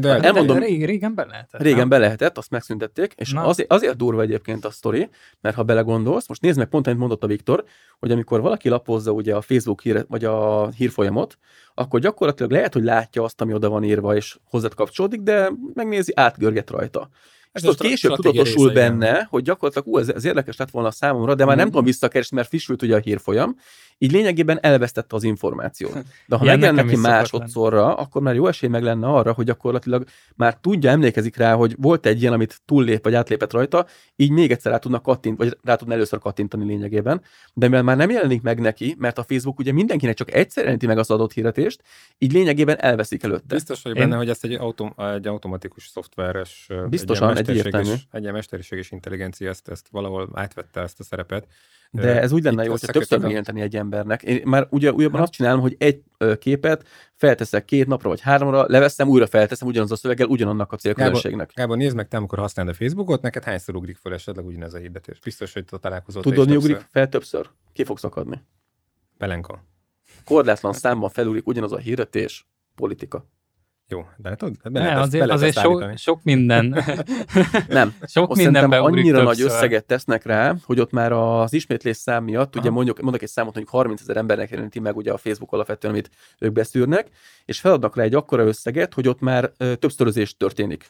Régen be lehetett.
Régen be lehetett, azt megszüntették, és azért durva egyébként a sztori, mert ha belegondolsz, most nézd meg pont, amit mondott a Viktor, hogy amikor valaki lapozza ugye a Facebook vagy a hírfolyamot, akkor gyakorlatilag lehet, hogy látja azt, ami oda van írva, és hozzád kapcsolódik, de megnézi, átgörget rajta. És később tudatosul benne, hogy gyakorlatilag ez érdekes lett volna számomra, de már nem tudom visszakeresni, mert frissült ugye a hírfolyam, így lényegében elvesztette az információt. De ha megjelen neki másodszorra, akkor már jó esély meg lenne arra, hogy gyakorlatilag már tudja, emlékezik rá, hogy volt egy ilyen, amit túllép vagy átlépett rajta, így még egyszer rá tudnak kattintani, vagy rá tudna először kattintani lényegében. De mivel már nem jelenik meg neki, mert a Facebook ugye mindenkinek csak egyszer jelenti meg az adott hirdetést, így lényegében elveszik előtte.
Biztos vagy benne, hogy ezt egy automatikus szoftveres
biztosan,
mesterséges intelligencia ezt valahol átvette ezt a szerepet.
De ez úgy lenne jó, hogyha többször megjelenteni egy embernek. Én már ugyanabban azt csinálom, hogy egy képet felteszek 2 napra vagy 3-ra, leveszem, újra felteszem ugyanaz a szöveggel, ugyanannak a célközönségnek.
Gábor, nézd meg, te amikor használod a Facebookot, neked hányszor ugrik fel esetleg ugyanez a hirdetés? Biztos, hogy találkozol.
Tudod, mi ugrik fel többször? Ki fog szakadni?
Pelenka.
Korlátlan számban felugrik ugyanaz a hirdetés, politika.
Jó, de tudod,
azért sok minden.
Nem.
Sok mindenben
annyira nagy összeget tesznek rá, hogy ott már az ismétlés szám miatt, ugye mondok egy számot, mondjuk 30 000 embernek jelenti meg ugye a Facebook alapvetően, amit ők beszűrnek, és feladnak rá egy akkora összeget, hogy ott már többszörözés történik.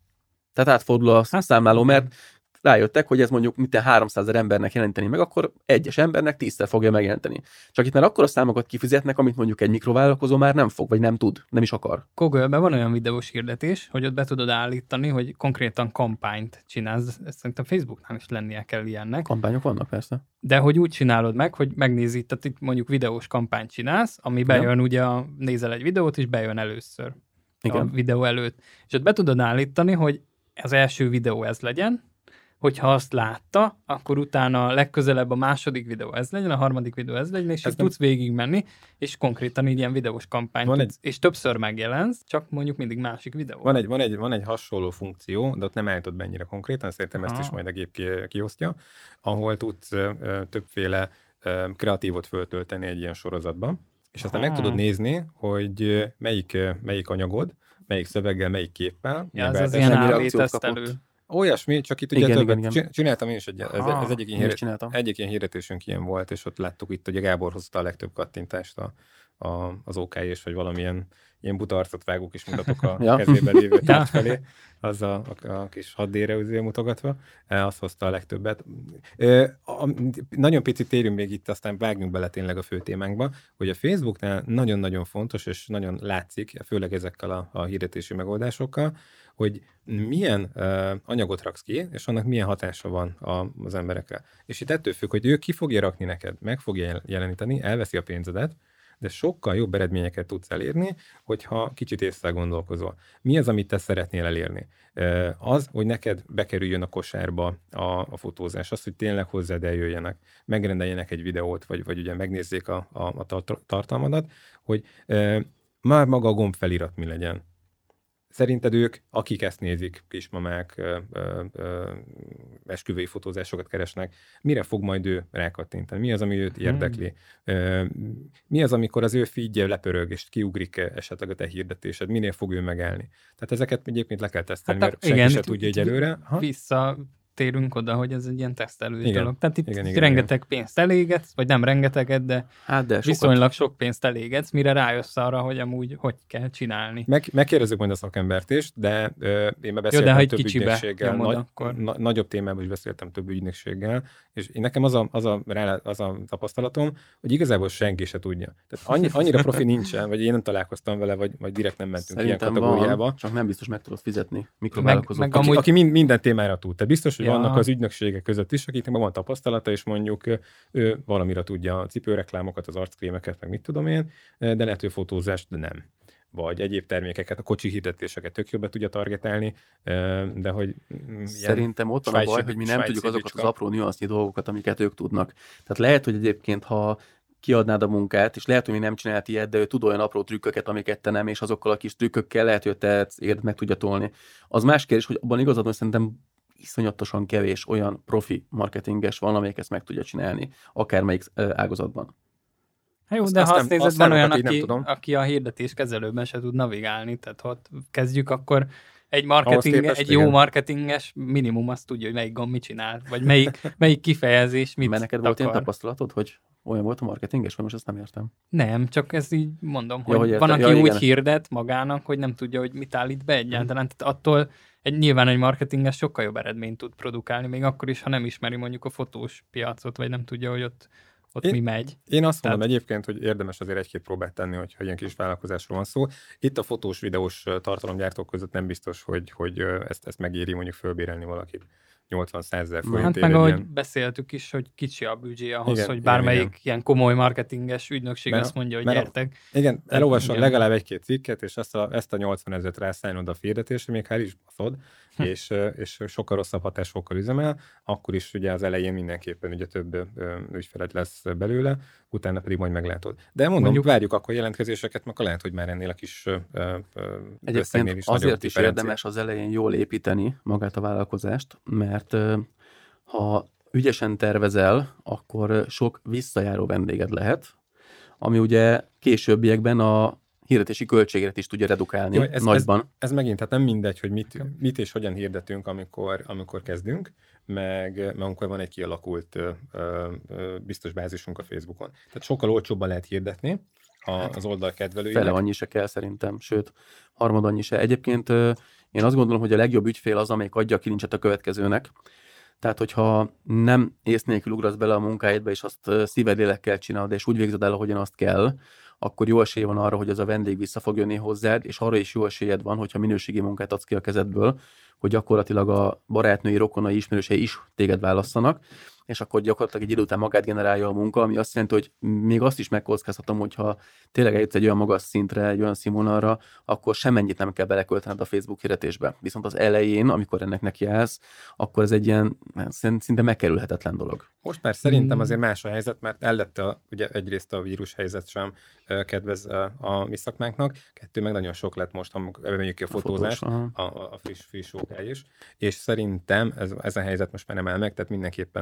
Tehát átfordul a számláló, mert rájöttek, hogy ez mondjuk 300 000 embernek jelenteni meg, akkor egyes embernek 10-szer fogja megjelenteni. Csak itt már akkora számokat kifizetnek, amit mondjuk egy mikrovállalkozó már nem fog, vagy nem tud, nem is akar.
Google-ben van olyan videós hirdetés, hogy ott be tudod állítani, hogy konkrétan kampányt csinálsz. Ezt szerintem Facebooknál is lennie kell ilyennek.
Kampányok vannak persze.
De hogy úgy csinálod meg, hogy megnézi, tehát itt mondjuk videós kampányt csinálsz, ami bejön ugye, nézel egy videót, és bejön először a videó előtt. És ott be tudod állítani, hogy az első videó ez legyen, hogyha azt látta, akkor utána legközelebb a második videó ez legyen, a harmadik videó ez legyen, és tudsz végigmenni, és konkrétan így ilyen videós kampányt és többször megjelensz, csak mondjuk mindig másik videó.
Van egy hasonló funkció, de ott nem állítod be ennyire konkrétan, szerintem ezt is majd a gép kiosztja, ahol tudsz többféle kreatívot föltölteni egy ilyen sorozatban, és aztán meg tudod nézni, hogy melyik anyagod, melyik szöveggel, melyik képpel.
Ja, ez az ilyen állítesztelő.
Olyasmi, csak itt ugye többet csináltam én is, ez egyik ilyen hirdetésünk ilyen volt, és ott láttuk itt, hogy a Gábor hozta a legtöbb kattintást az OK és vagy valamilyen ilyen buta arcot vágók is mutatok a kezében lévő tárgy felé, az a kis 6D-re mutogatva, azt hozta a legtöbbet. Nagyon picit térjünk még itt, aztán vágjunk bele tényleg a fő témánkba, hogy a Facebooknál nagyon-nagyon fontos, és nagyon látszik, főleg ezekkel a hirdetési megoldásokkal, hogy milyen anyagot raksz ki, és annak milyen hatása van az emberekre. És itt ettől függ, hogy ő ki fogja rakni neked, meg fogja jeleníteni, elveszi a pénzedet, de sokkal jobb eredményeket tudsz elérni, hogyha kicsit észre gondolkozol. Mi az, amit te szeretnél elérni? Az, hogy neked bekerüljön a kosárba a fotózás, az, hogy tényleg hozzád eljöjjenek, megrendeljenek egy videót, vagy ugye megnézzék a tartalmadat, hogy már maga a gombfelirat mi legyen. Szerinted ők, akik ezt nézik, kismamák, esküvői fotózásokat keresnek, mire fog majd ő rákattintani? Mi az, ami őt érdekli? Mi az, amikor az ő feedje lepörög, és kiugrik esetleg a te hirdetésed? Minél fog ő megállni? Tehát ezeket egyébként le kell tesztelni, mert senki se tudja így előre.
Visszatérünk oda, hogy ez egy ilyen tesztelős dolog. Tehát itt rengeteg pénzt elégetsz, vagy nem rengeteget, de viszonylag sok pénzt elégetsz, mire rájössz arra, hogy amúgy hogy kell csinálni.
Megkérdezzük majd a szakembert is, de én már beszéltem több ügynökséggel, nagyobb témában is beszéltem több ügynökséggel, és nekem az a tapasztalatom, hogy igazából senki se tudja. Tehát annyira profi nincsen, vagy én nem találkoztam vele, vagy direkt nem mentünk ilyen kategóriába.
Van, csak nem biztos meg tudod fizetni mikrovállalkozók.
Aki minden témára tud. Tehát biztos, hogy vannak az ügynökségek között is, akiknek van tapasztalata, és mondjuk ő valamire tudja a cipőreklámokat, az arckrémeket, meg mit tudom én, de lehet, hogy fotózást nem. Vagy egyéb termékeket, a kocsi hirdetéseket tök jobban tudja targetálni, de hogy...
Szerintem ott van a baj, hogy mi nem tudjuk azokat az apró nüansznyi dolgokat, amiket ők tudnak. Tehát lehet, hogy egyébként, ha kiadnád a munkát, és lehet, hogy még nem csinált ilyet, de ő tud olyan apró trükköket, amiket te nem, és azokkal a kis trükkökkel lehet, hogy te érdet meg tudja tolni. Az más kérdés, hogy abban igazad van, szerintem iszonyatosan kevés olyan profi marketinges van, amelyik ezt meg tudja csinálni, akármelyik ágazatban.
Hát jó, de ha azt nézed, van olyan, aki a hirdetés kezelőben se tud navigálni, tehát ha kezdjük, akkor egy jó marketinges minimum azt tudja, hogy melyik gomb mit csinál, vagy melyik kifejezés mit
Mert neked volt ilyen tapasztalatod, hogy olyan volt a marketinges, vagy most ezt nem értem?
Nem, csak ezt így mondom, hogy van, aki úgy hirdet magának, hogy nem tudja, hogy mit állít be egyáltalán. Tehát attól nyilván egy marketinges sokkal jobb eredményt tud produkálni, még akkor is, ha nem ismeri mondjuk a fotós piacot, vagy nem tudja, hogy ott mi megy.
Én azt mondom egyébként, hogy érdemes azért egy-két próbát tenni, hogyha ilyen kis vállalkozásról van szó. Itt a fotós, videós tartalomgyártók között nem biztos, hogy ezt megéri mondjuk fölbérelni valakit. 80-100
Hát
forintért.
meg ahogy beszéltük is, hogy kicsi a büdzsé ahhoz, hogy bármelyik ilyen komoly marketinges ügynökség azt mondja, hogy gyertek.
Igen, elolvasod legalább egy-két cikket, és ezt a 80 000-et rászállnod a hirdetésre, még ha el is baszod, és sokkal rosszabb hatásfokkal üzemel, akkor is ugye az elején mindenképpen ugye több ügyfeled lesz belőle, utána pedig majd meglátod. De mondjuk várjuk akkor jelentkezéseket, mert lehet, hogy már ennél a kis
összegnél is azért is érdemes az elején jól építeni magát a vállalkozást, mert ha ügyesen tervezel, akkor sok visszajáró vendéged lehet, ami ugye későbbiekben a hirdetési költséget is tudja redukálni nagyban.
Ez megint, hát nem mindegy, hogy mit és hogyan hirdetünk, amikor kezdünk, meg amikor van egy kialakult biztos bázisunk a Facebookon. Tehát sokkal olcsóbban lehet hirdetni az oldal kedvelőinek.
Fele annyi se kell szerintem, sőt, harmad annyi se. Egyébként én azt gondolom, hogy a legjobb ügyfél az, amelyik adja a kilincset a következőnek. Tehát, hogyha nem ész nélkül ugrasz bele a munkáidba, és azt szívedélekkel csinálod, és úgy végzed el, ahogyan azt kell, akkor jó esély van arra, hogy az a vendég vissza fog jönni hozzád, és arra is jó esélyed van, hogyha minőségi munkát adsz ki a kezedből, hogy gyakorlatilag a barátnői, rokonai, ismerősei is téged válasszanak, és akkor gyakorlatilag egy idő után magát generálja a munka, ami azt jelenti, hogy még azt is megkockáztatom, hogyha tényleg eljutsz egy olyan magas szintre, egy olyan színvonalra, akkor semennyit nem kell beleköltened a Facebook hirdetésbe. Viszont az elején, amikor ennek nekiállsz, akkor ez egy ilyen szinte megkerülhetetlen dolog.
Most már szerintem azért más a helyzet, mert ellett ugye egyrészt a vírus helyzet sem kedvez a mi szakmánknak, kettő meg nagyon sok lett most, ha mondjuk ki a fotózás, a friss ókály is, és szerintem ez a helyzet most már nem áll meg, tehát mindenképpen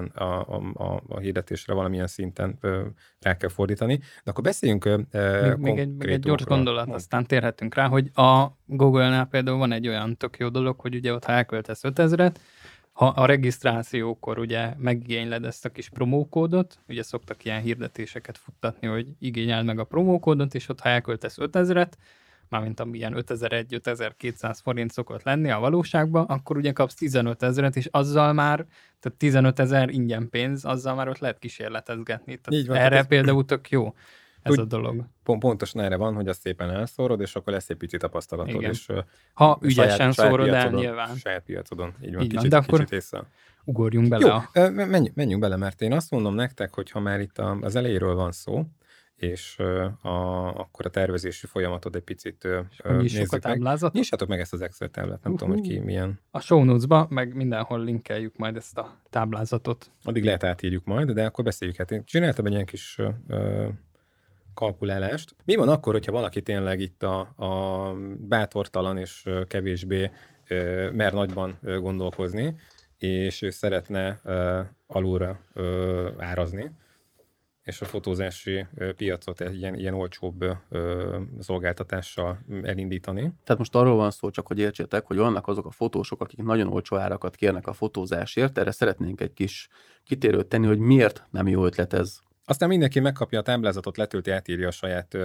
a hirdetésre valamilyen szinten rá kell fordítani. De akkor beszéljünk
még egy gyors gondolat, aztán térhetünk rá, hogy a Google-nál például van egy olyan tök jó dolog, hogy ugye ott ha elköltesz 5000-et, ha a regisztrációkor ugye megigényled ezt a kis promókódot, ugye szoktak ilyen hirdetéseket futtatni, hogy igényeld meg a promókódot, és ott ha elköltesz 5000-et, mármint amilyen 5001-5200 forint szokott lenni a valóságban, akkor ugye kapsz 15 000-et, és azzal már, tehát 15 000 ingyen pénz, azzal már ott lehet kísérletezgetni. Tehát van, erre például tök jó ez a dolog.
Pontosan erre van, hogy azt szépen elszórod, és akkor lesz egy pici tapasztalatod. És,
ha ügyesen szórod el, nyilván.
Saját piacodon. Így van,
kicsit, de akkor ugorjunk bele.
Jó, menjünk bele, mert én azt mondom nektek, hogy ha már itt az elejéről van szó, és akkor a tervezési folyamatot egy picit nézzük meg. Nyissátok meg ezt az Excel táblát, nem tudom, hogy ki milyen.
A show notes-ba, meg mindenhol linkeljük majd ezt a táblázatot.
Addig lehet átírjuk majd, de akkor beszéljük. Hát én csináltam egy ilyen kis kalkulálást. Mi van akkor, hogyha valaki tényleg itt a bátortalan és kevésbé mer nagyban gondolkozni, és ő szeretne alulra árazni, és a fotózási piacot egy ilyen olcsóbb szolgáltatással elindítani.
Tehát most arról van szó, csak hogy értsétek, hogy vannak azok a fotósok, akik nagyon olcsó árakat kérnek a fotózásért, erre szeretnénk egy kis kitérőt tenni, hogy miért nem jó ötlet ez.
Aztán mindenki megkapja a táblázatot, letölti, átírja a saját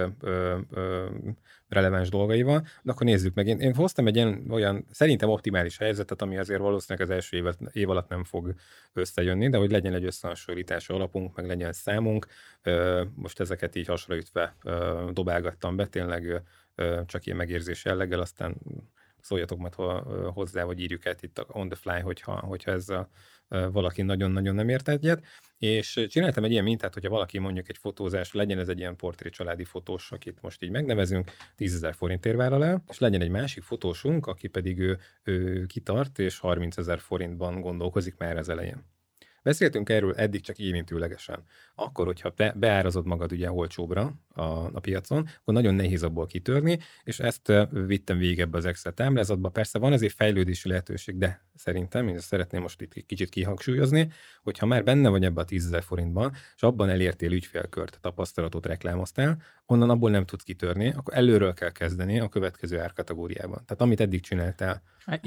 releváns dolgaival, de akkor nézzük meg. Én hoztam egy olyan szerintem optimális helyzetet, ami azért valószínűleg az első év alatt nem fog összejönni, de hogy legyen egy összehasonlítási alapunk, meg legyen számunk. Most ezeket így hasraütve dobálgattam be, tényleg csak ilyen megérzés jelleggel, aztán szóljatok majd hozzá, vagy írjuk át itt on the fly, hogyha ezzel valaki nagyon-nagyon nem ért egyet. És csináltam egy ilyen mintát, hogyha valaki mondjuk egy fotózás, legyen ez egy ilyen portré családi fotós, akit most így megnevezünk, 10 000 forintért vállal el, és legyen egy másik fotósunk, aki pedig ő kitart, és 30 000 forintban gondolkozik már az elején. Beszéltünk erről eddig csak érintőlegesen. Akkor, hogyha beárazod magad ugye olcsóbbra a piacon, akkor nagyon nehéz abból kitörni, és ezt vittem végig ebbe az Excel táblázatba. Persze van azért fejlődési lehetőség, de szerintem, én szeretném most itt kicsit kihangsúlyozni, hogyha már benne vagy ebbe a 10 000 forintban, és abban elértél ügyfélkört, tapasztalatot reklámoztál, onnan abból nem tudsz kitörni, akkor előről kell kezdeni a következő árkategóriában. Tehát amit eddig csináltál.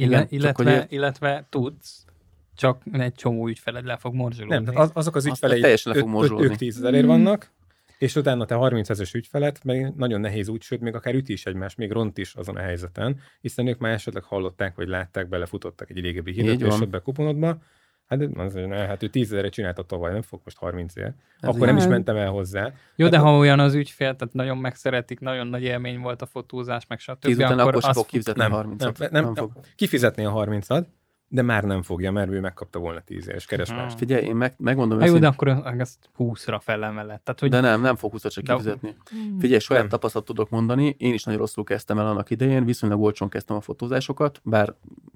Illetve tudsz, csak egy csomó ügyfeled le fog morzsolódni.
Nem, tehát azok az ügyfeleid, ők 10 000-ért vannak, és utána te 30 000-es ügyfelet, meg nagyon nehéz úgy, sőt, még akár üti is egymást, még ront is azon a helyzeten, hiszen ők már esetleg hallották, vagy látták, belefutottak egy régebbi hirdetésodbe, kuponodba. Hát ő 10 000-re csinálta tavaly, nem fog most 30-ért. Akkor nem is mentem el hozzá.
Jó, de ha olyan az ügyfél, tehát nagyon megszeretik, nagyon nagy élmény volt a fotózás, meg stb.
10 után akkor fog kifizetni a 30-at.
Nem, kifizetné a 30-at, de már nem fogja, mert ő megkapta volna 10 éves keresmást.
Figyelj, én megmondom
Jó, de akkor ezt 20-ra felemeled. Tehát, hogy...
De nem fog 20-at se kifizetni. Figyelj, saját tapasztalat tudok mondani, én is nagyon rosszul kezdtem el annak idején, viszonylag olcsón kezdtem a fotózásokat, bár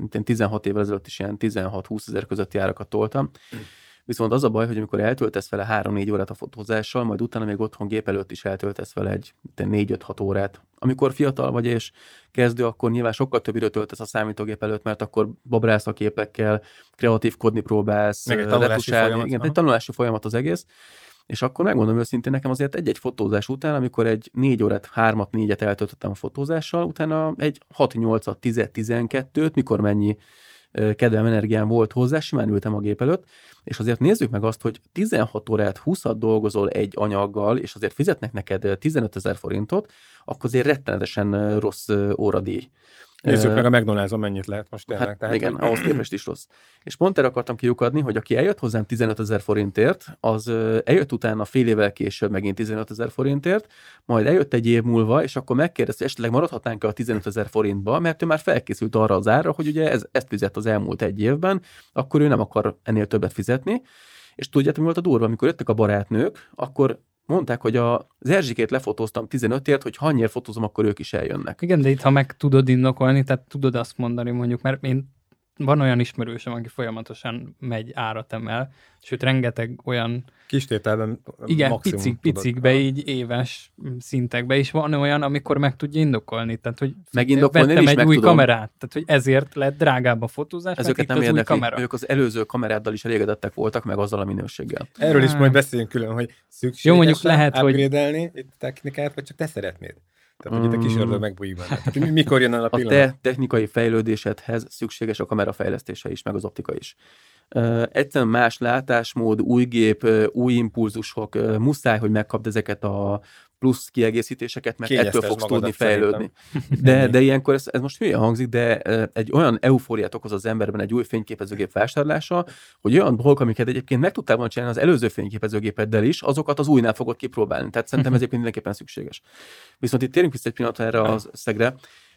16 évvel ezelőtt is ilyen 16-20 ezer közötti árakat toltam. Viszont az a baj, hogy amikor eltöltesz vele 3-4 órát a fotózással, majd utána még otthon gép előtt is eltöltesz vele egy 4-5-6 órát. Amikor fiatal vagy és kezdő, akkor nyilván sokkal több időt töltesz a számítógép előtt, mert akkor babrász a képekkel, kreatívkodni próbálsz, retusálni. Igen, egy tanulási folyamat az egész. És akkor megmondom őszintén, nekem azért egy-egy fotózás után, amikor egy 4 órát, 3-4-et eltöltöttem a fotózással, utána egy 6-8-at, 10-12-t, mikor mennyi kedvem, energiám volt hozzá, simán ültem a gép előtt, és azért nézzük meg azt, hogy 16 órát, 20-at dolgozol egy anyaggal, és azért fizetnek neked 15 000 forintot, akkor azért rettenetesen rossz óradíj.
Nézzük meg a McDonald's-on mennyit lehet most tényleg.
Hát,
tehát,
igen, ahhoz képest is rossz. És pont erre akartam kiukadni, hogy aki eljött hozzám 15 000 forintért, az eljött utána fél évvel később megint 15 000 forintért, majd eljött egy év múlva, és akkor megkérdezte, hogy esetleg maradhatnánk a 15 000 forintba, mert ő már felkészült arra az árra, hogy ugye ezt fizet az elmúlt egy évben, akkor ő nem akar ennél többet fizetni. És tudjátok, mi volt a durva? Amikor jöttek a barátnők, akkor mondták, hogy az Erzsikét lefotóztam 15-ért, hogy ha annyiért fotózom, akkor ők is eljönnek.
Igen, de itt ha meg tudod indokolni, tehát tudod azt mondani mondjuk, mert van olyan ismerősöm, aki folyamatosan megy árat emel, sőt rengeteg olyan
kistételben
igen, picikbe így éves szintekbe is van olyan, amikor meg tudja indokolni. Tehát, hogy vettem egy új kamerát, tehát, hogy ezért lett drágább a fotózás,
ez őket nem érdekli, ők az előző kameráddal is elégedettek voltak, meg azzal a minőséggel.
Erről is majd beszéljünk külön, hogy szükséges upgrade-elni egy technikát, vagy csak te szeretnéd? Tehát, hogy itt a kis ördög megbújik benne. Mikor jön el a pillanat?
A te technikai fejlődésedhez szükséges a kamerafejlesztése is, meg az optika is. Egyszerűen más látásmód, új gép, új impulzusok, muszáj, hogy megkapd ezeket a plusz kiegészítéseket, mert ettől fogsz tudni fejlődni. De ilyenkor ez most hülye hangzik, de egy olyan eufóriát okoz az emberben egy új fényképezőgép vásárlása, hogy olyan dolgok, amiket egyébként meg tudtál volna csinálni az előző fényképezőgépeddel is, azokat az újnál fogod kipróbálni. Tehát szerintem ez egyébként mindenképpen szükséges. Viszont itt térjünk vissza egy pillanatra erre az összegre.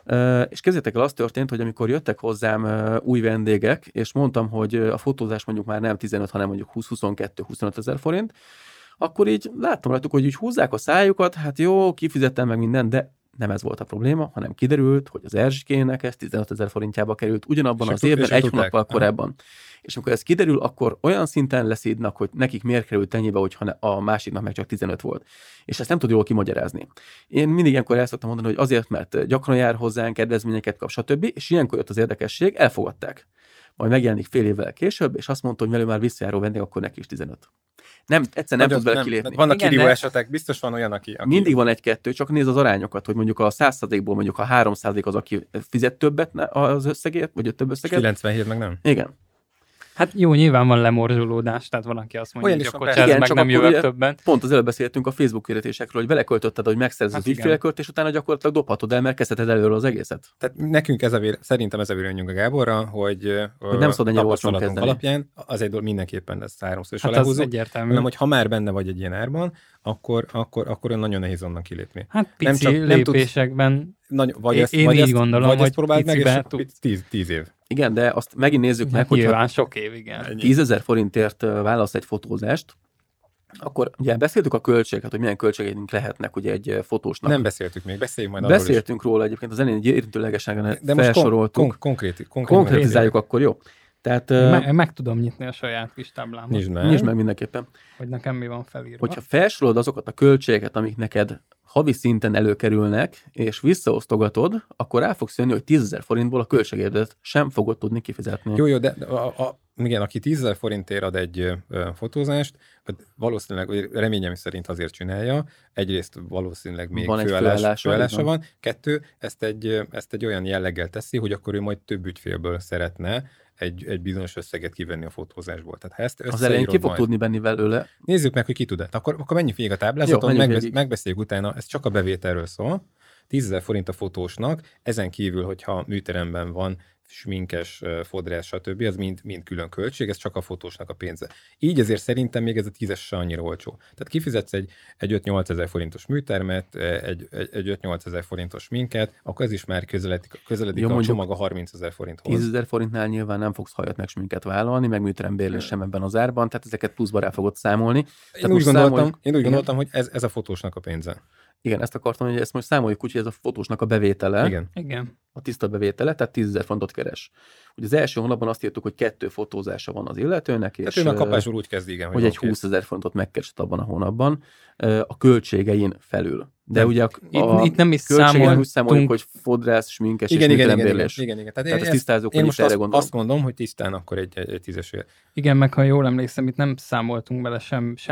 És kezdjétek el, az történt, hogy amikor jöttek hozzám új vendégek, és mondtam, hogy a fotózás mondjuk már nem 15, hanem mondjuk 20-22-25 000 forint, akkor így láttam rajtuk, hogy úgy húzzák a szájukat, hát jó, kifizettem meg mindent, de nem ez volt a probléma, hanem kiderült, hogy az Erzsikének ez 15 000 forintjába került ugyanabban az évben, egy hónappal korábban. És amikor ez kiderül, akkor olyan szinten leszídnak, hogy nekik miért került ennyibe, hogyha a másiknak meg csak 15 volt. És ezt nem tud jól kimagyarázni. Én mindig ilyenkor el szoktam mondani, hogy azért, mert gyakran jár hozzánk, kedvezményeket kap, stb. És ilyenkor jött az érdekesség, elfogadták. Majd megjelenik fél évvel később, és azt mondta, hogy velő már visszajáró vendég, akkor neki is 15. Nem, egyszerűen nem tud vele kilépni.
Vannak kirívó esetek, biztos van olyan, aki...
Mindig van egy-kettő, csak nézd az arányokat, hogy mondjuk a 100%-ból mondjuk a 3% az, aki fizet többet az összegért, vagy több összeget.
97 meg nem.
Igen.
Hát jó, nyilván van lemorzsolódás, tehát valaki azt mondja, hogy akkor ez meg nem jövök többen.
Pont az előbb beszéltünk a Facebook hirdetésekről, hogy beleköltötted, hogy megszerzed az ügyfélekört, és utána gyakorlatilag dobhatod el, mert kezdheted előről az egészet.
Tehát nekünk szerintem ez a véleményünk a Gáborra, hogy
nem szabad ennyire olcsón kezdeni.
Alapján az egy mindenképpen ez háromszor is
hát
aláhúzó,
hanem
hogy ha már benne vagy egy ilyen árban, akkor nagyon nehéz onnan kilépni.
Hát pici lépésekben
én
így gondolom,
vagy
hogy
ezt próbáld meg, és 10 év.
Igen, de azt megint nézzük meg, hogy
nyilván sok év, igen.
10 000 forintért válasz egy fotózást, akkor ugye beszéltük a költségeket, hogy milyen költségeink lehetnek ugye egy fotósnak.
Nem beszéltünk még, beszéljünk majd
beszéltünk róla egyébként, az elején egy érintőlegesen felsoroltuk. Konkrétizáljuk akkor, jó? Tehát,
meg tudom nyitni a saját kis táblámat.
Nyisd meg mindenképpen.
Hogy nekem mi van felírva.
Hogyha felsorolod azokat a költségeket, amik neked havi szinten előkerülnek, és visszaosztogatod, akkor rá fogsz jönni, hogy 10 000 forintból a költségédet sem fogod tudni kifizetni.
Jó, de igen, aki 10 000 forintért ad egy fotózást, valószínűleg, reményem szerint azért csinálja. Egyrészt valószínűleg még főállása van. 2, ezt egy olyan jelleggel teszi, hogy akkor ő majd több ügyfélből szeretne egy bizonyos összeget kivenni a fotózásból. Tehát ha ezt
az elején ki fog tudni benni belőle.
Nézzük meg, hogy ki tud. Akkor menjünk végig a táblázaton, megbeszéljük utána, ez csak a bevételről szól. 10 000 forint a fotósnak, ezen kívül, hogyha műteremben van, sminkes, fodrász, stb. Az mind külön költség, ez csak a fotósnak a pénze. Így ezért szerintem még ez a 10-es se annyira olcsó. Tehát kifizetsz egy 5-8 ezer forintos műtermet, egy 5-8 ezer forintos minket, akkor ez is már közeledik a csomag a 30 ezer forinthoz.
10 000 forintnál nyilván nem fogsz hajat meg sminket vállalni, meg műterembérlés sem ebben az árban, tehát ezeket pluszba rá fogod számolni.
Én úgy gondoltam, hogy ez a fotósnak a pénze.
Igen, ezt akartam, hogy ezt most számoljuk úgy, hogy ez a fotósnak a bevétele.
Igen.
A tiszta bevétele, tehát 10 000 forintot keres. Ugye az első hónapban azt írtuk, hogy 2 fotózása van az illetőnek, és
ő a kapásból úgy kezd, igen,
hogy egy 20 000 forintot megkeresett abban a hónapban a költségein felül. De ugye
itt nem is
számoljuk, hogy fodrász, sminkes és műterembérlés.
Igen.
Tehát ezt tisztázunk,
hogy most erre gondolom. Azt mondom, hogy tisztán akkor egy 10-esért.
Igen, meg ha jól emlékszem, itt nem számoltunk bele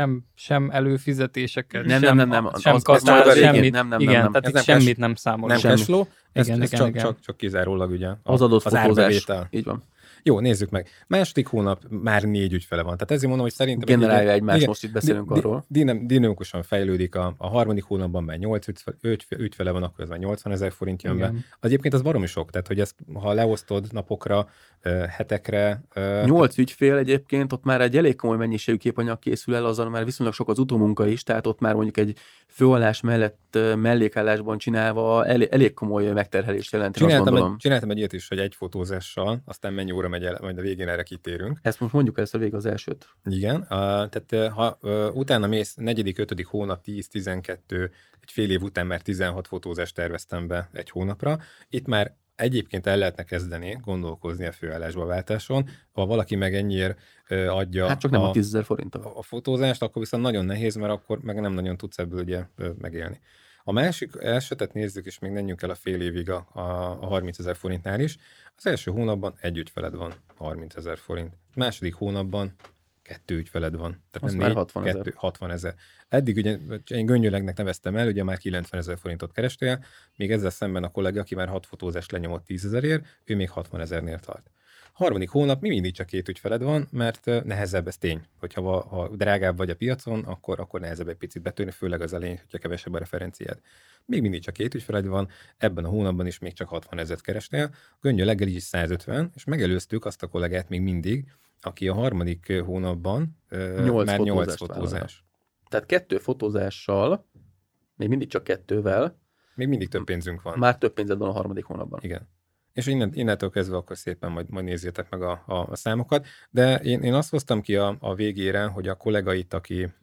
sem előfizetéseket, sem kasszát, semmit. Igen, tehát itt semmit nem számolunk.
Nem cashflow, ez csak kizárólag ugye
az adott fotózás. Így van.
Jó, nézzük meg. Második hónap már 4 ügyfele van. Tehát ezért mondom, hogy szerintem...
Generálja egymást, most itt beszélünk arról.
Dinamikusan fejlődik. A harmadik hónapban már 8 ügyfele van, akkor ez már 80 000 forint jön be. Egyébként az baromi sok. Tehát, hogy ezt, ha leosztod napokra, hetekre...
8 ügyfél egyébként, ott már egy elég komoly mennyiségű képanyag készül el, azzal már viszonylag sok az utómunka is, tehát ott már mondjuk egy főállás mellett mellékállásban csinálva elég komoly megterhelést jelent.
Csináltam egy ilyet is, hogy egy fotózással, aztán mennyi óra megy el, majd a végén erre kitérünk.
Ezt most mondjuk ezt a végig az elsőt.
Igen, tehát ha utána mész 4.-5. hónap 10-12, egy fél év után már 16 fotózást terveztem be egy hónapra. Itt már egyébként el lehetne kezdeni gondolkozni a főállásba váltáson, ha valaki meg ennyiért adja
hát csak nem a 10 000 forint
a fotózást, akkor viszont nagyon nehéz, mert akkor meg nem nagyon tudsz ebből ugye megélni. A másik esetet nézzük, és még menjünk el a fél évig a 30 000 forintnál is. Az első hónapban egy ügyfeled van, 30 000 forint. A második hónapban 2 ügyfeled van. Tehát
nem
60 000. Eddig ugye én gönnyölegnek neveztem el, ugye már 90 000 forintot kerestél, még ezzel szemben a kollega, aki már 6 fotózást lenyomott 10 000-ért, ő még 60 000-nél tart. Harmadik hónap mindig csak 2 ügyfeled van, mert nehezebb, ez tény. Ha drágább vagy a piacon, akkor nehezebb egy picit betörni, főleg az elején, hogyha kevesebb a referenciád. Még mindig csak 2 ügyfeled van, ebben a hónapban is még csak 60 000 kerestél, gönnyöleggel így is 150, és megelőztük azt a kollégát még mindig, aki a harmadik hónapban már 8 fotózás.
Tehát 2 fotózással, még mindig csak 2-vel.
Még mindig több pénzünk van.
Már több pénzed van a harmadik hónapban.
Igen. És innentől kezdve akkor szépen majd nézzétek meg a számokat. De én azt hoztam ki a végére, hogy a kollégait, aki,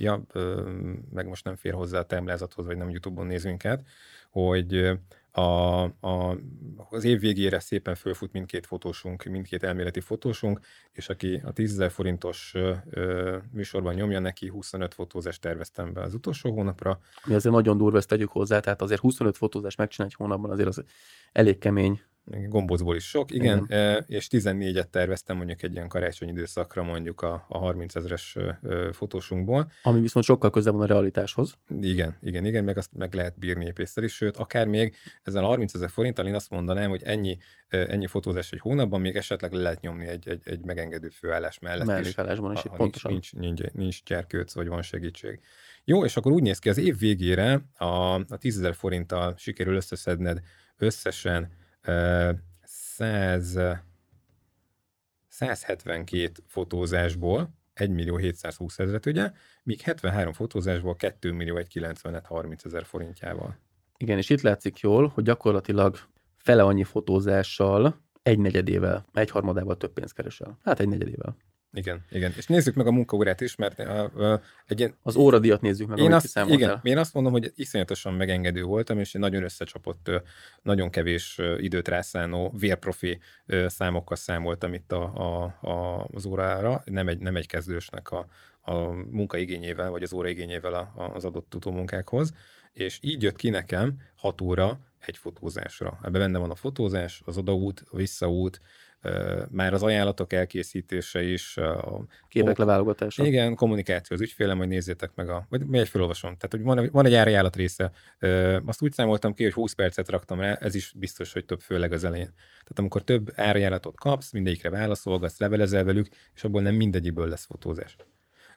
meg most nem fér hozzá a táblázathoz, vagy nem YouTube-on nézünk át, hogy az év végére szépen fölfut mindkét elméleti fotósunk, és aki a 10 000 forintos műsorban nyomja, neki 25 fotózást terveztem be az utolsó hónapra.
Mi azért nagyon durva, ezt tegyük hozzá, tehát azért 25 fotózást megcsinálni egy hónapban, azért az elég kemény.
Gombócból is sok, igen. És 14-et terveztem mondjuk egy ilyen karácsony időszakra mondjuk a 30 000-es fotósunkból.
Ami viszont sokkal közel van a realitáshoz.
Igen, meg azt meg lehet bírni épésszel is, sőt, akár még ezzel a 30 000 forinttal én azt mondanám, hogy ennyi fotózás egy hónapban még esetleg le lehet nyomni egy megengedő főállás mellett.
Mellékállásban is, pontosan.
Nincs gyerkőc, vagy van segítség. Jó, és akkor úgy néz ki, az év végére a 10 000 forinttal sikerül összeszedned összesen 172 fotózásból 1 720 000, ugye, míg 73 fotózásból 2 190 30 000 forintjával.
Igen, és itt látszik jól, hogy gyakorlatilag fele annyi fotózással 1/4-ével, 1/3 több pénzt keresel. Hát 1/4-ével.
Igen. És nézzük meg a munkaórát is, mert
az óradíjat nézzük meg, amit kiszámoltál.
Én azt mondom, hogy iszonyatosan megengedő voltam, és egy nagyon összecsapott, nagyon kevés időt rászánó, vérprofi számokkal számoltam itt az órára, nem egy kezdősnek a munkaigényével, vagy az óraigényével az adott utómunkákhoz, és így jött ki nekem 6 óra egy fotózásra. Ebben benne van a fotózás, az odaút, a visszaút, már az ajánlatok elkészítése is.
Képek leválogatása.
Igen, kommunikáció az ügyfélem, hogy nézzétek meg vagy miért felolvasom. Tehát, hogy van egy árajánlat része. Azt úgy számoltam ki, hogy 20 percet raktam rá, ez is biztos, hogy több, főleg az elején. Tehát amikor több árajánlatot kapsz, mindegyikre válaszolgatsz, levelezel velük, és abból nem mindegyikből lesz fotózás.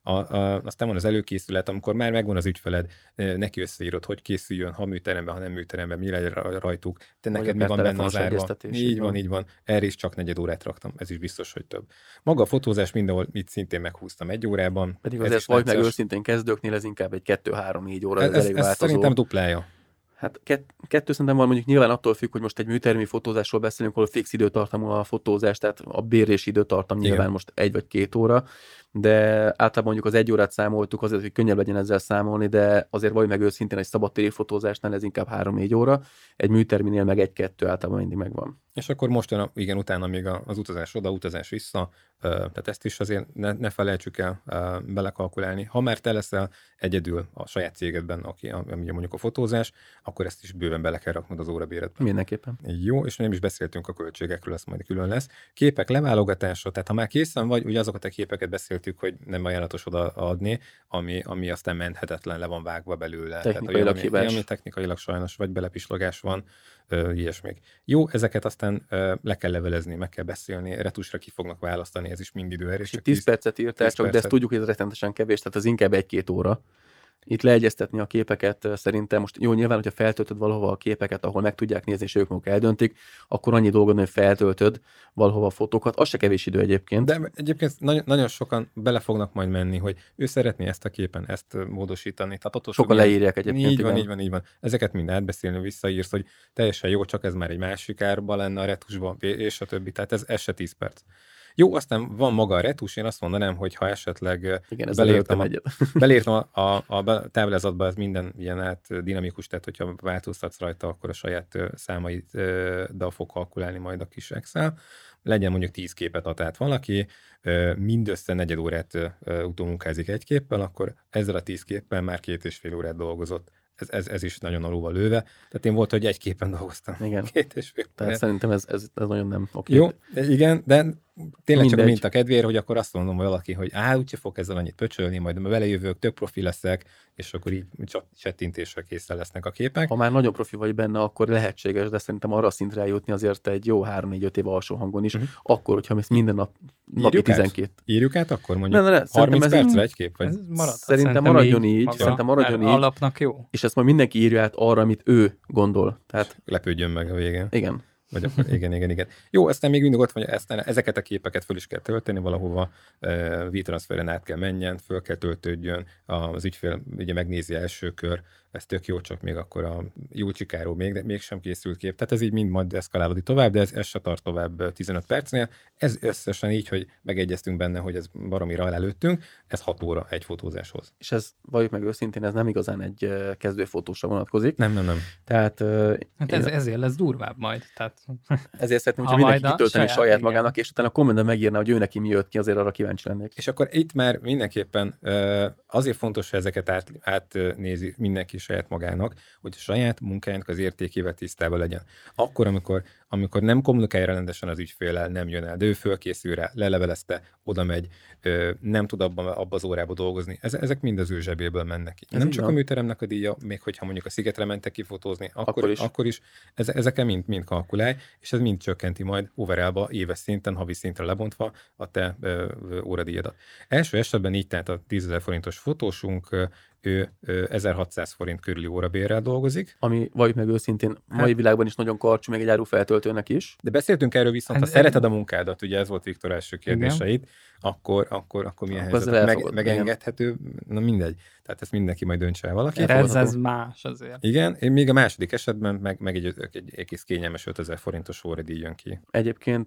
Aztán van az előkészület, amikor már megvan az ügyfeled, neki összeírod, hogy készüljön, ha műteremben, ha nem műteremben, mi legyen rajtuk, te neked mi van benne az árva. Így van. Erre is csak 4 órát raktam, ez is biztos, hogy több. Maga a fotózás mindenhol itt szintén meghúztam 1 órában.
Pedig azért vagy meg őszintén kezdőknél ez inkább egy 2-3-4 óra, ez elég változó.
Szerintem duplája.
Hát kettő szerintem van, mondjuk nyilván attól függ, hogy most egy műtermi fotózásról beszélünk, ahol fix időtartamú a fotózás, tehát a bérési időtartam nyilván igen. Most 1 vagy 2 óra, de általában mondjuk az 1 órát számoltuk azért, hogy könnyebb legyen ezzel számolni, de azért vagy meg őszintén egy szabadtéri fotózásnál ez inkább 3-4 óra, egy műterminél meg 1-2 általában mindig megvan.
És akkor most igen, utána még az utazás oda, utazás vissza, tehát ezt is azért ne felejtsük el belekalkulálni. Ha már te leszel egyedül a saját cégedben, ami mondjuk a fotózás, akkor ezt is bőven bele kell raknod az órabéredbe.
Mindenképpen.
Jó, és nem is beszéltünk a költségekről, ez majd külön lesz. Képek leválogatása, tehát ha már készen vagy, ugye azokat a képeket beszéltük, hogy nem ajánlatos odaadni, ami aztán menthetetlen, le van vágva belőle.
Technikailag hibás.
Ami technikailag sajnos, vagy belepislogás van, ilyesmik. Jó, ezeket aztán le kell levelezni, meg kell beszélni, retusra ki fognak választani, ez is mind időerős.
10 percet írtál, csak de ezt tudjuk, hogy ez rettenetesen kevés, tehát az inkább 1-2 óra. Itt leegyeztetni a képeket szerintem most jó, nyilván, hogyha feltöltöd valahova a képeket, ahol meg tudják nézni, és ők maguk eldöntik, akkor annyi dolgod, hogy feltöltöd valahova a fotókat, az se kevés idő egyébként.
De egyébként nagyon sokan bele fognak majd menni, hogy ő szeretné ezt a képen, ezt módosítani. Tehát
sokan leírják egyébként.
Így van. Ezeket mind átbeszélni, visszaírsz, hogy teljesen jó, csak ez már egy másik árba lenne a retusban, és a többi. Tehát ez se 10 perc. Jó, aztán van maga a retus, én azt mondanám, hogy ha esetleg belírtam a táblázatba, ez minden ilyen dinamikus, tehát hogyha változtatsz rajta, akkor a saját számaiddal fog kalkulálni majd a kis Excel. Legyen mondjuk 10 képet ad át valaki, mindössze 4 órát utómunkázik egy képpel, akkor ezzel a 10 képpel már 2,5 órát dolgozott. Ez is nagyon alulva lőve. Tehát én volt, hogy egy képen dolgoztam.
Igen.
2,5
Tehát szerintem ez nagyon nem oké.
Jó, igen, de tényleg csak mint a kedvéért, hogy akkor azt mondom valaki, hogy úgyse fog ezzel annyit pöcsölni, majd vele jövök, tök profi leszek, és akkor így csettintésre készen lesznek a képek.
Ha már nagyon profi vagy benne, akkor lehetséges, de szerintem arra szintre eljutni azért egy jó 3-4-5 év alsó hangon is, akkor, hogyha ezt minden napi 12.
Írjuk át akkor mondjuk 30 percre egy kép? Vagy?
Szerintem maradjon így.
Alapnak jó.
És ezt majd mindenki írja át arra, amit ő gondol. Tehát...
Lepődjön meg a végén.
Igen.
Vagy akkor, igen. Jó, aztán még mindig ott van, aztán ezeket a képeket föl is kell tölteni valahova, WeTransferen át kell menjen, föl kell töltődjön, az ügyfél ugye megnézi első kör, ez tök jó, csak még akkor a Júlcsikáról mégsem készült kép. Tehát ez így mind majd eszkalálódik tovább, de ez se tart tovább 15 percnél. Ez összesen így, hogy megegyeztünk benne, hogy ez baromira előttünk, ez 6 óra egy fotózáshoz.
És ez, valljuk meg őszintén, ez nem igazán egy kezdőfotósra vonatkozik.
Nem.
Tehát,
ezért lesz durvább majd. Tehát...
Ezért szeretném, hogy mindenki kitölteni saját magának, és utána a kommentben megírna, hogy ő neki mi jött ki, azért arra kíváncsi lennék.
És akkor itt már mindenképpen azért fontos, hogy ezeket átnézi mindenki saját magának, hogy a saját munkájának az értékével tisztában legyen. Akkor, amikor nem kommunikálja rendesen az ügyféllel, nem jön el, de ő fölkészül rá, lelevelezte, oda megy, nem tud abba az órába dolgozni. Ezek mind az ő zsebéből mennek ki. Nem csak a műteremnek a díja, még hogyha mondjuk a Szigetre mentek kifotózni, akkor is ezeken mind kalkulálj, és ez mind csökkenti majd overallba, éves szinten, havi szintre lebontva a te óradíjadat. Első esetben így, tehát a 10 000 forintos fotósunk, ő 1600 forint körüli órabérrel dolgozik.
Ami, valljuk meg őszintén, mai világban is nagyon karcsú, még egy árufeltöltőnek is.
De beszéltünk erről viszont, ha szereted a munkádat, ugye ez volt Viktor első kérdéseit, akkor milyen helyzet? Megengedhető? Na mindegy. Tehát ezt mindenki majd döntse el valaki.
Ez más azért.
Igen, még a második esetben meg egy egész kényelmes 5000 forintos óradíj jön ki.
Egyébként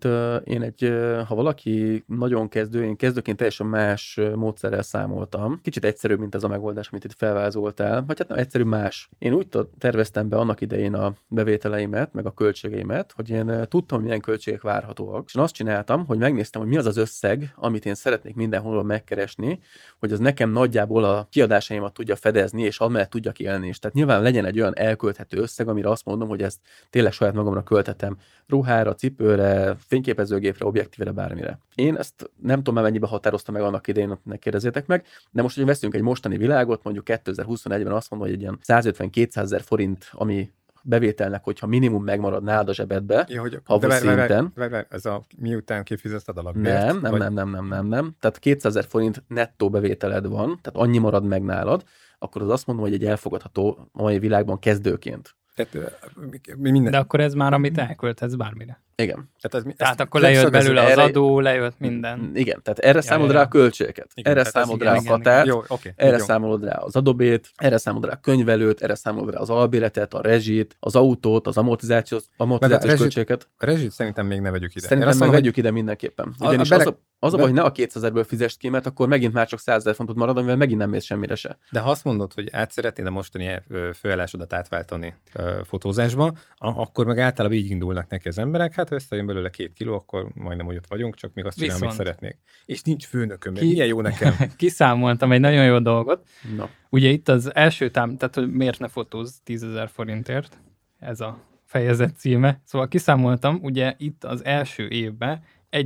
ha valaki nagyon kezdő, én kezdőként teljesen más módszerrel számoltam. Kicsit egyszerűbb, mint ez a megoldás, amit itt felvázoltál. Vagy hát nem egyszerű, más. Én úgy terveztem be annak idején a bevételeimet, meg a költségeimet, hogy én tudtam, milyen költségek várhatóak. És én azt csináltam, hogy megnéztem, hogy mi az az összeg, amit én szeretnék mindenhol megkeresni, hogy az nekem nagyjából a kiadásaimat tudja fedezni, és amellett tudjak élni. És tehát nyilván legyen egy olyan elkölthető összeg, amire azt mondom, hogy ezt tényleg saját magamra költetem. Ruhára, cipőre, fényképezőgépre, objektívre, bármire. Én ezt nem tudom már mennyibe határoztam meg annak idején, ne kérdezzétek meg, de most, hogy veszünk egy mostani világot, mondjuk 2021-ben azt mondom, hogy egy ilyen 150-200 000 forint, ami bevételnek, hogyha minimum megmarad nálad a zsebedbe,
Ja, hogy
havi szinten.
Ez a miután kifizetted a lakbért?
Nem. Tehát 200 000 forint nettó bevételed van, tehát annyi marad meg nálad, akkor az azt mondom, hogy egy elfogadható mai világban kezdőként.
Tehát, minden...
De akkor ez már, amit elkölthetsz bármire.
Igen.
Tehát akkor lejött belőle az adó, lejött minden.
Igen, tehát erre számolod rá a költségeket, erre számolod rá a határt, erre számolod rá az adóbét, erre számolod rá a könyvelőt, erre számolod rá az albéletet, a rezsit, az autót, az amortizációs költségeket.
A rezsit szerintem még ne vegyük ide.
Szerintem meg vegyük ide mindenképpen. Ugyanis az a baj, hogy ne a 200 000-ből fizest ki, mert akkor megint már csak 100 000 fontot marad, amivel megint nem mész semmire se.
De ha azt mondod, hogy át szeretnéd a mostani főállásodat átváltani fotózásba, akkor meg általában így indulnak neki az emberek, hát ha összejön belőle 2 kiló, akkor majdnem úgy ott vagyunk, csak még azt csinálom, amit szeretnék. És nincs főnököm, milyen jó nekem.
Kiszámoltam egy nagyon jó dolgot.
Na.
Ugye itt az első tehát hogy miért ne fotóz 10 000 forintért, ez a fejezet címe. Szóval kiszámoltam, ugye itt az első évben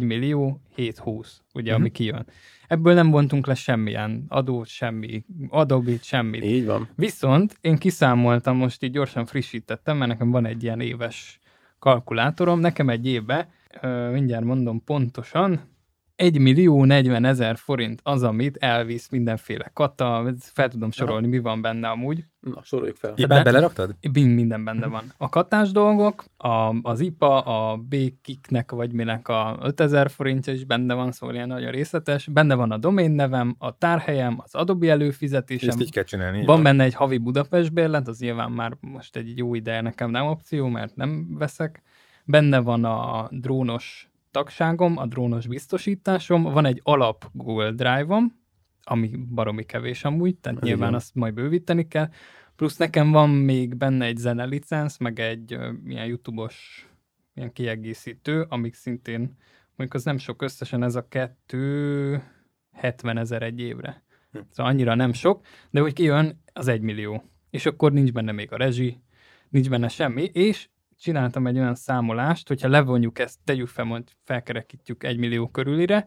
1.720.000, ugye, ami kijön. Ebből nem vontunk le semmilyen adót, semmi adóbét, semmit.
Így van.
Viszont én kiszámoltam, most így gyorsan frissítettem, mert nekem van egy ilyen éves kalkulátorom, nekem egy évben, mindjárt mondom pontosan, 1.040.000 forint az, amit elvisz mindenféle kata, fel tudom sorolni, mi van benne amúgy.
Na, soroljuk fel.
IPA-t beleraktad?
Minden benne van. A katás dolgok, az IPA, a B-kiknek vagy minek a 5000 forintja is benne van, szóval ilyen nagyon részletes. Benne van a domain nevem, a tárhelyem, az Adobe előfizetésem.
Ezt így kell csinálni.
Van benne egy havi Budapest bérlet, az nyilván már most egy jó ideje nekem nem opció, mert nem veszek. Benne van a drónos tagságom, a drónos biztosításom, van egy alap Google Drive-om, ami baromi kevés amúgy, tehát ez nyilván azt majd bővíteni kell. Plusz nekem van még benne egy zenelicensz, meg egy ilyen YouTube-os ilyen kiegészítő, amik szintén, mondjuk az nem sok összesen, ez a 270.000 egy évre. Szóval annyira nem sok, de hogy kijön az 1 millió. És akkor nincs benne még a rezsi, nincs benne semmi, és csináltam egy olyan számolást, hogyha levonjuk ezt, tegyük fel, majd felkerekítjük 1 millió körülire,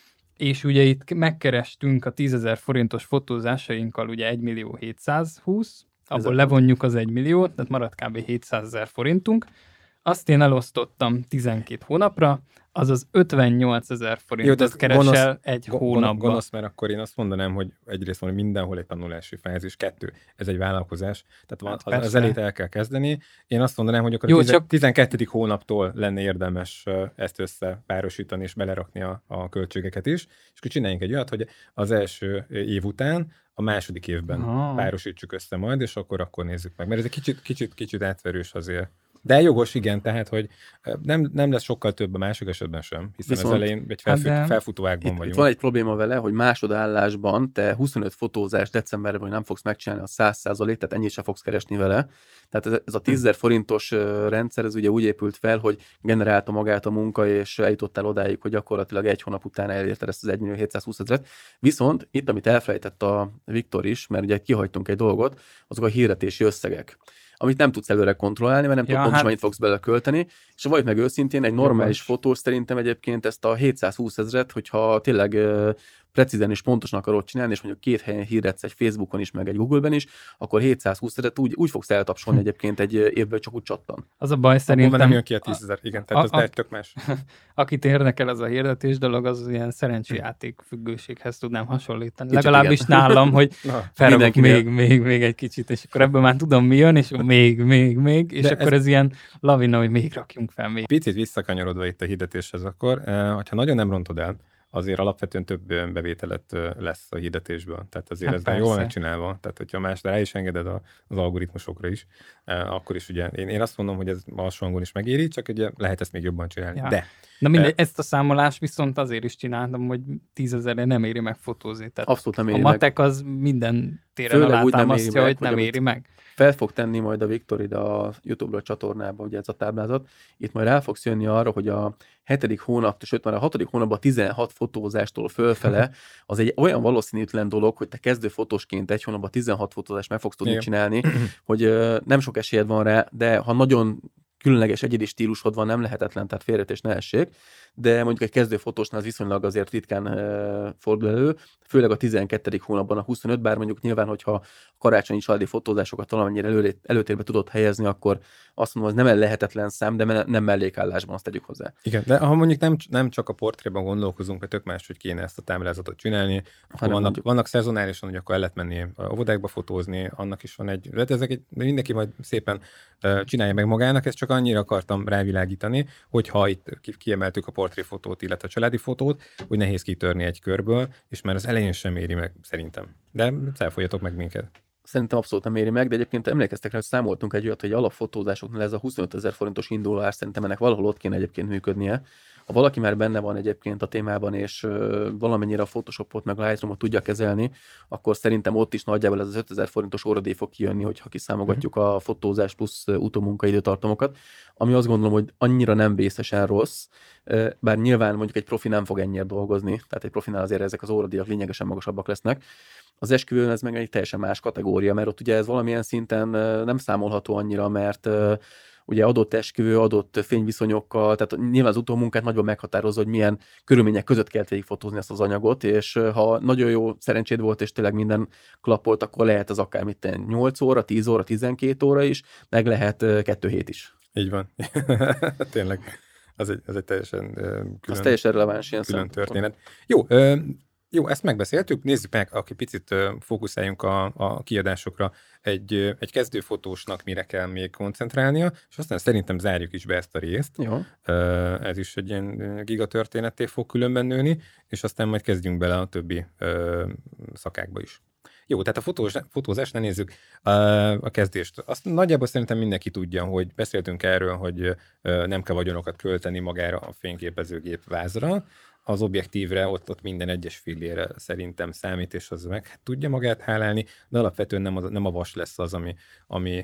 és ugye itt megkerestünk a 10 000 forintos fotózásainkkal ugye 1.720.000, abból levonjuk az 1 milliót, tehát marad kb. 700.000 forintunk. Azt én elosztottam 12 hónapra, azaz 58.000 forintot keresel egy hónapban.
Gonosz, mert akkor én azt mondanám, hogy egyrészt van mindenhol egy tanulási fázis, 2, ez egy vállalkozás, tehát hát az elét el kell kezdeni. Én azt mondanám, hogy akkor a 12. hónaptól lenne érdemes ezt összepárosítani és belerakni a költségeket is, és akkor csináljunk egy olyat, hogy az első év után a második évben párosítsuk össze majd, és akkor nézzük meg. Mert ez egy kicsit átverős azért. De jogos, igen, tehát, hogy nem lesz sokkal több a másik esetben sem, hiszen viszont az elején egy felfutó ágban vagyunk.
Itt van egy probléma vele, hogy másodállásban te 25 fotózás decemberben nem fogsz megcsinálni a 100%, tehát ennyit sem fogsz keresni vele. Tehát ez a 10 000 forintos rendszer, ez ugye úgy épült fel, hogy generálta magát a munka, és eljutottál odáig, hogy gyakorlatilag egy hónap után elérted ezt az 1.720.000-et. Viszont itt, amit elfelejtett a Viktor is, mert ugye kihagytunk egy dolgot, azok a hirdetési összegek, amit nem tudsz előre kontrollálni, mert nem tudod pontosan, mennyit fogsz belekölteni, és vagy meg őszintén, egy normális fotós szerintem egyébként ezt a 720.000-et, hogyha tényleg precízen és pontosan akarod csinálni, és mondjuk 2 helyen hirdetsz, egy Facebookon is, meg egy Google-ben is, akkor 720.000-et úgy fogsz eltapsolni egyébként egy évből, csak úgy csattan.
Az a baj szerintem...
Akkor nem jön ki a 10.000, igen, tehát az tök más.
Akit érdekel az a hirdetés dolog, az ilyen szerencséjáték függőséghez tudnám hasonlítani. Legalábbis nálam, hogy felrakok még egy kicsit, és akkor ebből már tudom mi jön, és még, és akkor ez ilyen lavina, hogy még rakjunk fel még.
Picit visszakanyarodva itt a hirdetéshez akkor, hogyha nagyon nem rontod el, azért alapvetően több bevételet lesz a hirdetésből. Tehát azért ez jól megcsinálva. Tehát, hogyha más rá is engeded az algoritmusokra is, akkor is ugye, én azt mondom, hogy ez alsó hangon is megéri, csak ugye lehet ezt még jobban csinálni. Ja. De
na mindegy, ezt a számolást viszont azért is csináltam, hogy 10 000-re nem éri meg fotózni. Tehát
abszolút nem éri
a matek az minden téren alátámasztja, hogy nem éri meg.
Fel fog tenni majd a Viktor ide a YouTube-ra csatornába, ugye ez a táblázat. Itt majd rá fogsz jönni arra, hogy a 7. hónap, sőt már a 6. hónapban 16 fotózástól fölfele, az egy olyan valószínűtlen dolog, hogy te kezdő fotósként egy hónapban 16 fotózást meg fogsz tudni csinálni, hogy nem sok esélyed van rá, de ha nagyon különleges egyedi stílusod van, nem lehetetlen, tehát félreértés ne essék, de mondjuk egy kezdőfotósnál az viszonylag azért ritkán fordul elő, főleg a 12. hónapban a 25, bár mondjuk nyilván, hogyha karácsonyi családi fotózásokat valamennyire előtérbe tudod helyezni, akkor azt mondom, az nem lehetetlen szám, de nem mellékállásban, azt tegyük hozzá.
Igen, de ha mondjuk nem csak a portréban gondolkozunk, hogy tök más, hogy kéne ezt a táblázatot csinálni, akkor vannak szezonálisan, hogy akkor el lehet menni a óvodákba fotózni, annak is van egy, de mindenki majd szépen csinálja meg magának, ezt csak annyira akartam rávilágítani, hogyha itt kiemeltük a portréfotót, illetve a családi fotót, hogy nehéz kitörni egy körből, és már az elején sem éri meg szerintem. De cáfoljatok meg minket.
Szerintem abszolút nem éri meg, de egyébként emlékeztek rá, hogy számoltunk egy olyat, hogy alapfotózásoknál ez a 25 000 forintos indulóár, szerintem ennek valahol ott kéne egyébként működnie. Ha valaki már benne van egyébként a témában, és valamennyire a Photoshopot meg a Lightroomot tudja kezelni, akkor szerintem ott is nagyjából ez az 5000 forintos óradíj fog kijönni, hogyha kiszámogatjuk a fotózás plusz utómunkaidőtartamokat, ami azt gondolom, hogy annyira nem vészesen rossz, bár nyilván mondjuk egy profi nem fog ennyire dolgozni, tehát egy profinál azért ezek az óradíjak lényegesen magasabbak lesznek. Az esküvőn ez meg egy teljesen más kategória, mert ott ugye ez valamilyen szinten nem számolható annyira, mert ugye adott esküvő, adott fényviszonyokkal, tehát nyilván az utómunkát nagyban meghatározza, hogy milyen körülmények között kell végigfotózni ezt az anyagot, és ha nagyon jó szerencséd volt, és tényleg minden klappolt, akkor lehet ez akár 8 óra, 10 óra, 12 óra is, meg lehet 2 hét is.
Így van. Tényleg. Az egy teljesen
teljesen releváns ilyen
külön történet. Jó, ezt megbeszéltük, nézzük meg, aki picit fókuszáljunk a kiadásokra, egy kezdőfotósnak mire kell még koncentrálnia, és aztán szerintem zárjuk is be ezt a részt.
Jó.
Ez is egy ilyen gigatörténetté fog különben nőni, és aztán majd kezdjünk bele a többi szakákba is. Jó, tehát a fotózást ne nézzük a kezdést. Azt nagyjából szerintem mindenki tudja, hogy beszéltünk erről, hogy nem kell vagyonokat költeni magára a fényképezőgép vázra, az objektívre ott minden egyes fillére szerintem számít, és az meg tudja magát hálálni, de alapvetően nem a vas lesz az, ami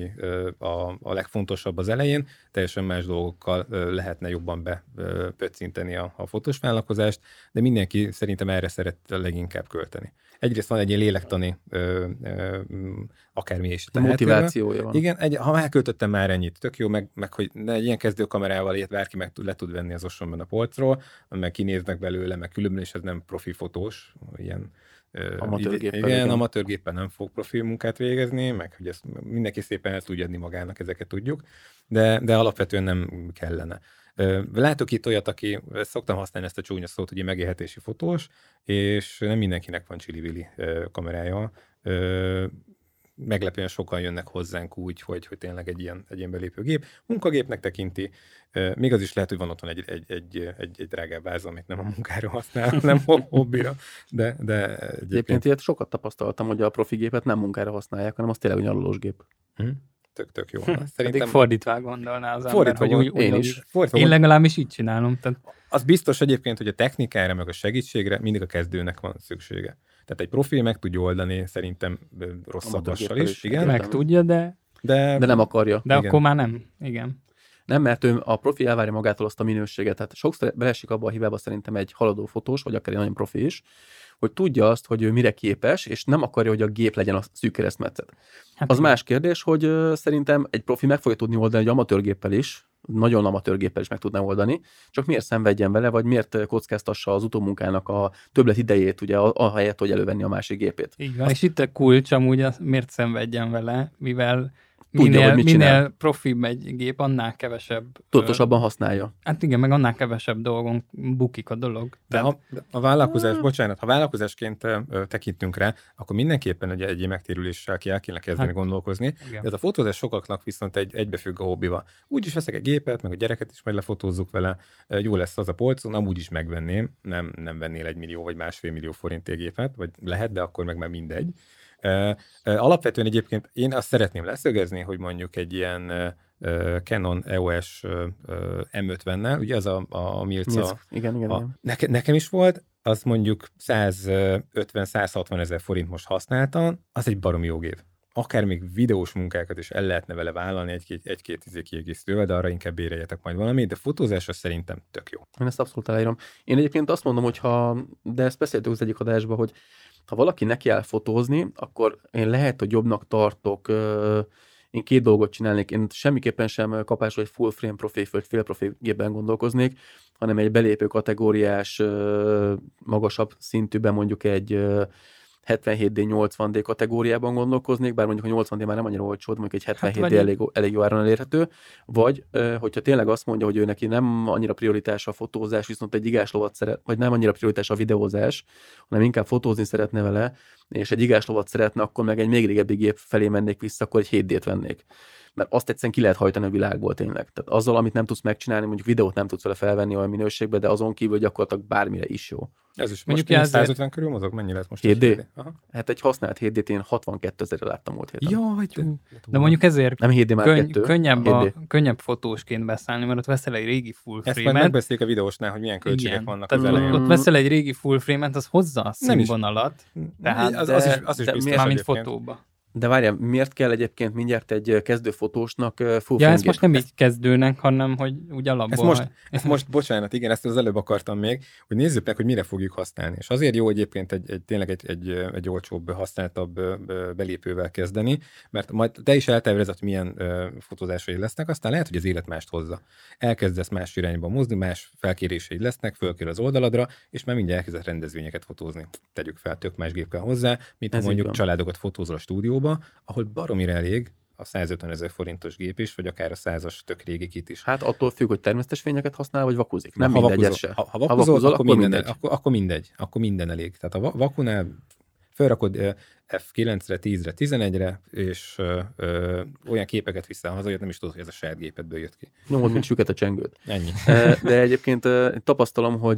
a legfontosabb az elején, teljesen más dolgokkal lehetne jobban bepöccinteni a fotós vállalkozást, de mindenki szerintem erre szeret leginkább költeni. Egyrészt van egy ilyen lélektani akármi is.
Motivációja van.
Igen, ha elköltöttem már ennyit, tök jó, meg hogy egy ilyen kezdőkamerával ilyet bárki le tud venni az osonban a polcról, meg kinéznek belőle, meg különben, és ez nem profi fotós, ilyen amatőrgéppel nem fog profi munkát végezni, meg hogy ezt mindenki szépen el tudja adni magának, ezeket tudjuk, de alapvetően nem kellene. Látok itt olyat, aki, szoktam használni ezt a csúnya szót, ugye megélhetési fotós, és nem mindenkinek van csili-vili kamerája. Meglepően sokan jönnek hozzánk úgy, hogy tényleg egy ilyen belépő gép. Munkagépnek tekinti, még az is lehet, hogy van otthon egy drágább váz, amit nem a munkára használ, nem hobbira, de
egyébként ilyet sokat tapasztaltam, hogy a profi gépet nem munkára használják, hanem az tényleg egy nyaralós gép.
Tök jó.
Szerintem fordítva gondolná az ember, hogy
én
legalábbis így csinálom. Tehát...
Az biztos egyébként, hogy a technikára, meg a segítségre mindig a kezdőnek van szüksége. Tehát egy profi meg tudja oldani szerintem rosszabb vassal is. Igen?
Meg tudja, de
nem akarja.
De igen. Akkor már nem. Igen.
Nem, mert ő a profi elvárja magától azt a minőséget. Tehát sokszor beleesik abba a hibába szerintem egy haladó fotós, vagy akár egy nagyon profi is, hogy tudja azt, hogy ő mire képes, és nem akarja, hogy a gép legyen a szűk keresztmetszet. Hát az más kérdés, hogy szerintem egy profi meg fogja tudni oldani egy amatőrgéppel is, nagyon amatőrgéppel is meg tudná oldani, csak miért szenvedjen vele, vagy miért kockáztassa az utómunkának a többlet idejét, ugye, ahelyett, hogy elővenni a másik gépét.
Így van, és itt a kulcs amúgy, miért szenvedjen vele, mivel minél profibb egy gép, annál kevesebb...
Tudatosabban használja.
Hát igen, meg annál kevesebb dolgon bukik a dolog.
De a vállalkozás, ha vállalkozásként tekintünk rá, akkor mindenképpen egy megtérüléssel el kéne kezdeni gondolkozni. De ez a fotózás sokaknak viszont egybefügg a hobbival. Úgyis veszek egy gépet, meg a gyereket is majd lefotózzuk vele, jó lesz az a polcon, amúgy is megvenném, nem vennél 1 millió vagy 1,5 millió forintért gépet, vagy lehet, de akkor meg már mindegy. Alapvetően egyébként én azt szeretném leszögezni, hogy mondjuk egy ilyen Canon EOS M50-nel, ugye az a Milca.
Igen.
Nekem is volt, az mondjuk 150-160 ezer forint most használtan, az egy baromi jó gép. Akár még videós munkákat is el lehetne vele vállalni egy-két kiegészítővel, de arra inkább béreljetek majd valamit, de fotózásra szerintem tök jó.
Én ezt abszolút elállírom. Én egyébként azt mondom, de ezt beszéltük az egyik adásban, hogy ha valaki neki áll fotózni, akkor én lehet, hogy jobbnak tartok én 2 dolgot csinálnék. Én semmiképpen sem kapásról egy full frame profi vagy fél profi gépben gondolkoznék, hanem egy belépő kategóriás, magasabb szintűben mondjuk egy 77D, 80D kategóriában gondolkoznék, bár mondjuk a 80D már nem annyira olcsó, mondjuk egy 77D elég jó áron elérhető, vagy hogyha tényleg azt mondja, hogy ő neki nem annyira prioritás a fotózás, viszont egy gigáslovat szeret, vagy nem annyira prioritás a videózás, hanem inkább fotózni szeretne vele, és egy gigáslovat szeretne, akkor meg egy még régebbi gép felé mennék vissza, akkor egy 7D-t vennék. Mert azt egyszerűen ki lehet hajtani a világból tényleg. Tehát azzal, amit nem tudsz megcsinálni, mondjuk videót nem tudsz vele felvenni olyan minőségbe, de azon kívül gyakorlatilag bármire is jó.
Ez is mondjuk most 150 körül mozog? Mennyi lesz most?
7D? Hát egy használt 7D-t én 62 000-re láttam múlt héten.
Jaj, de mondjuk ezért
nem 7D már
könnyebb fotósként beszállni, mert ott veszel egy régi full frame-et.
Ezt majd megbeszéljük a videósnál, hogy milyen költségek vannak az elején.
Ott veszel egy régi full frame-et, az hozza a színvonalat. Tehát
az is biztos,
mármint fotóba.
De várjál, miért kell egyébként mindjárt egy kezdő fotósnak full frame?
Ja, ez most nem így kezdőnek, hanem hogy úgy alapból.
Ezt most, bocsánat, igen, ezt az előbb akartam még, hogy nézzük meg, hogy mire fogjuk használni. És azért jó egyébként tényleg egy olcsóbb, használtabb belépővel kezdeni, mert majd te is eltervezed, hogy milyen fotózásai lesznek, aztán lehet, hogy az élet mást hozza. Elkezdesz más irányba mozdulni, más felkéréseid lesznek, fölkér az oldaladra, és már mindjárt elkezdesz rendezvényeket fotózni. Tegyük fel, tök más gép kell hozzá, mint ha mondjuk családokat fotózol a stúdióba, ahol baromira elég a 150 000 forintos gép is, vagy akár a 100-as tök régi kit is.
Hát attól függ, hogy termesztes fényeket használ, vagy vakuzik. Nem mindegy ez se.
Ha vakuzol, akkor mindegy. Akkor minden elég. Tehát a vakunál felrakod F9-re, 10-re, 11-re, és olyan képeket viszel haza, hogy nem is tudod, hogy ez a saját gépedből jött ki.
Nyomod, mint süket a csengőt.
Ennyi.
De egyébként tapasztalom, hogy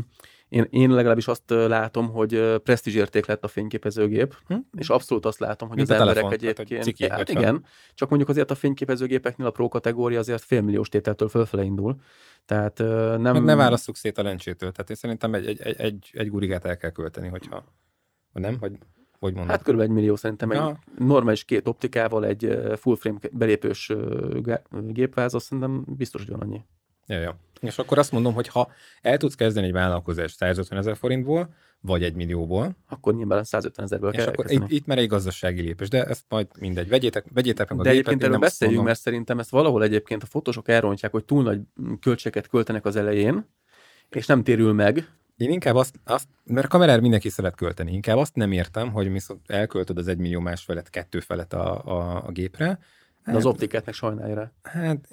én legalábbis azt látom, hogy presztízsérték lett a fényképezőgép, és abszolút azt látom, hogy mint az emberek egyébként... Hát igen, csak mondjuk azért a fényképezőgépeknél a Pro kategória azért félmilliós tételtől fölfele indul. Tehát nem...
Ne válasszuk szét a lencsétől. Tehát én szerintem egy gurigát el kell költeni, hogyha... Nem? Hogy mondod?
Hát kb. 1 millió szerintem egy normális 2 optikával, egy full frame belépős gépváz, azt szerintem biztos, hogy van annyi.
Ja. És akkor azt mondom, hogy ha el tudsz kezdeni egy vállalkozást 150 000 forintból, vagy 1 millióból,
akkor nyilván 150 000-ből kell
akkor itt már egy gazdasági lépés, de ezt majd mindegy. Vegyétek meg a gépet.
De egyébként erről beszéljünk, mert szerintem ezt valahol egyébként a fotósok elrontják, hogy túl nagy költségeket költenek az elején, és nem térül meg.
Én inkább azt, mert a kamerára mindenki szeret költeni, inkább azt nem értem, hogy viszont elköltöd az 1 millió más felett, 2 felett a gépre.
De az optikát meg sajnálja rá.
Hát,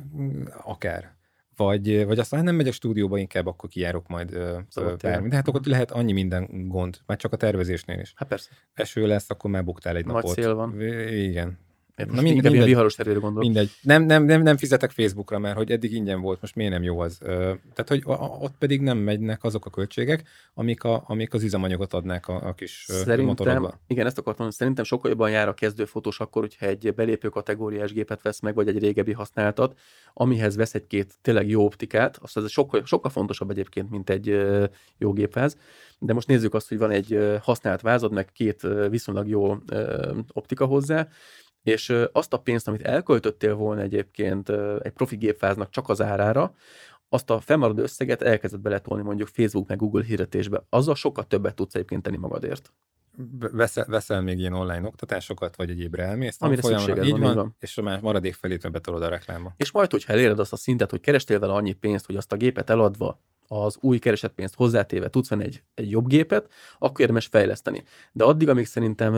akár. Vagy aztán nem megyek stúdióba, inkább akkor kijárok majd bármi. De hát akkor lehet annyi minden gond, már csak a tervezésnél is.
Hát persze.
Eső lesz, akkor már buktál egy napot.
Nagy szél van.
Igen.
Na inkább ilyen viharos tervére gondolok.
Mindegy. Nem fizetek Facebookra, mert hogy eddig ingyen volt, most miért nem jó az? Tehát, hogy ott pedig nem megynek azok a költségek, amik az üzemanyagot adnák a kis motorodba.
Igen, ezt akartam mondani, szerintem sokkal jobban jár a kezdőfotós akkor, hogyha egy belépő kategóriás gépet vesz meg, vagy egy régebbi használtat, amihez vesz egy-két tényleg jó optikát, azt ez sokkal fontosabb egyébként, mint egy jó gépváz. De most nézzük azt, hogy van egy használt vázad, meg 2 viszonylag jó optika hozzá, és azt a pénzt, amit elköltöttél volna egyébként egy profi gépváznak csak az árára, azt a fennmaradó összeget elkezdett beletolni mondjuk Facebook meg Google hirdetésbe. Azzal sokkal többet tudsz egyébként tenni magadért.
Veszel még ilyen online oktatásokat, vagy egyébre elmész,
amire szükséged
így van, és a maradék felét betolod a reklámba.
És majd, hogyha eléred azt a szintet, hogy kerestél vele annyi pénzt, hogy azt a gépet eladva, az új keresett pénzt hozzátéve tudsz venni egy jobb gépet, akkor érdemes fejleszteni. De addig, amíg szerintem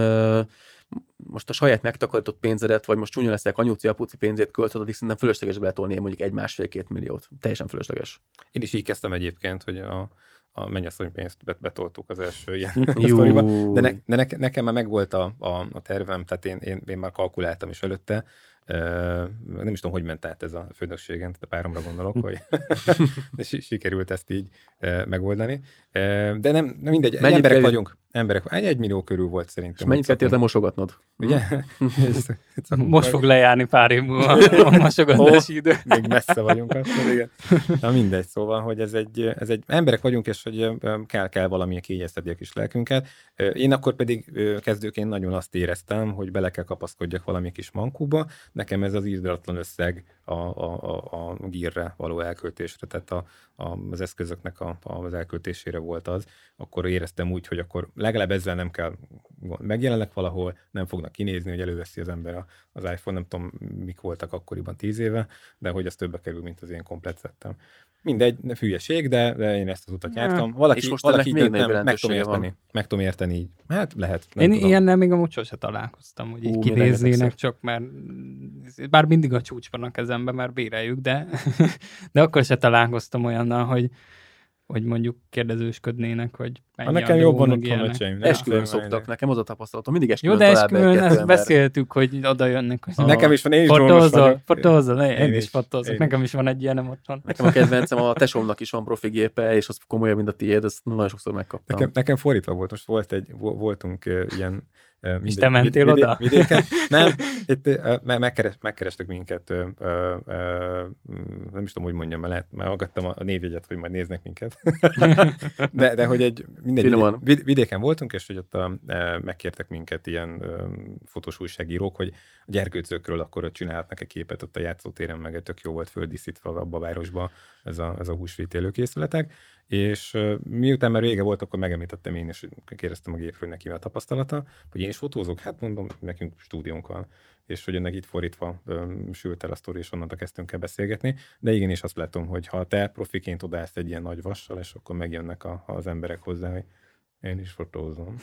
most a saját megtakarított pénzedet, vagy most csúnya leszek anyuci, apuci pénzét költöd, addig szerintem fölösleges beletolni mondjuk 1,5-2 milliót. Teljesen fölösleges.
Én is így kezdtem egyébként, hogy a mennyasszony pénzt betoltuk az első ilyen sztoriba. De nekem már megvolt a tervem, tehát én már kalkuláltam is előtte. Nem is tudom, hogy ment át ez a főnökségen, de páromra gondolok, hogy sikerült ezt így megoldani. De nem mindegy, emberek vagyunk. 1 millió körül volt szerintem.
És mennyit kell érte mosogatnod?
Ugye?
Most fog lejárni pár év múlva a mosogatási idő.
Még messze vagyunk akkor, igen. Na mindegy, szóval, hogy ez egy emberek vagyunk, és hogy kell valamilyen kényeztetni a kis lelkünket. Én akkor pedig kezdőként nagyon azt éreztem, hogy bele kell kapaszkodjak valami kis mankóba. Nekem ez az írdatlan összeg a gírre való elköltésre, tehát az eszközöknek az elköltésére volt az. Akkor éreztem úgy, hogy akkor legalább ezzel nem kell megjelennek valahol, nem fognak kinézni, hogy előveszi az ember az iPhone, nem tudom, mik voltak akkoriban 10 éve, de hogy az többbe kerül, mint az én komplet szettem. Mindegy, hülyeség, de én ezt az utat jártam. Valaki
még
nem, meg tudom érteni így. Hát lehet.
Én ilyennel még amúgy sose találkoztam, hogy így kinéznének csak, mert bár mindig a csúcs van a kezemben, mert béreljük, de akkor se találkoztam olyannal, hogy mondjuk kérdezősködnének, hogy mennyi
nekem jobban ott van öcseim.
Esküvőn szoktak, nekem az a tapasztalatom. Mindig esküvőn
talál be. Jó, de esküvőn ezt beszéltük, hogy oda jönnek. Hogy
nekem is van, én is
fotózol, én is fotózok. Nekem is van egy ilyenem otthon.
Nekem a kedvencem, a tesómnak is van profi gépe, és az komolyabb, mint a tiéd, ezt nagyon sokszor megkaptam.
Nekem fordítva volt, most voltunk ilyen
és te mentél oda?
Vidéken. Nem, itt megkerestek minket, nem is tudom, hogy mondjam, mert hallgattam a névjegyet, hogy majd néznek minket. de hogy vidéken voltunk, és hogy ott megkértek minket ilyen fotós újságírók, hogy a gyerkőcökről akkor csinálhatnak egy képet ott a játszótéren, meg tök jó volt földíszítve abba a városba ez a húsvét élőkészületek. És miután már vége volt, akkor megemlítettem én, és kérdeztem a gépről, hogy neki a tapasztalata, hogy én is fotózok, hát mondom, nekünk stúdiónk van, és hogy ennek itt fordítva sült el a sztori, és onnantól kezdtünk el beszélgetni, de igen, és azt látom, hogy ha te profiként odaállsz egy ilyen nagy vassal, és akkor megjönnek az emberek hozzá, hogy én is fotózom.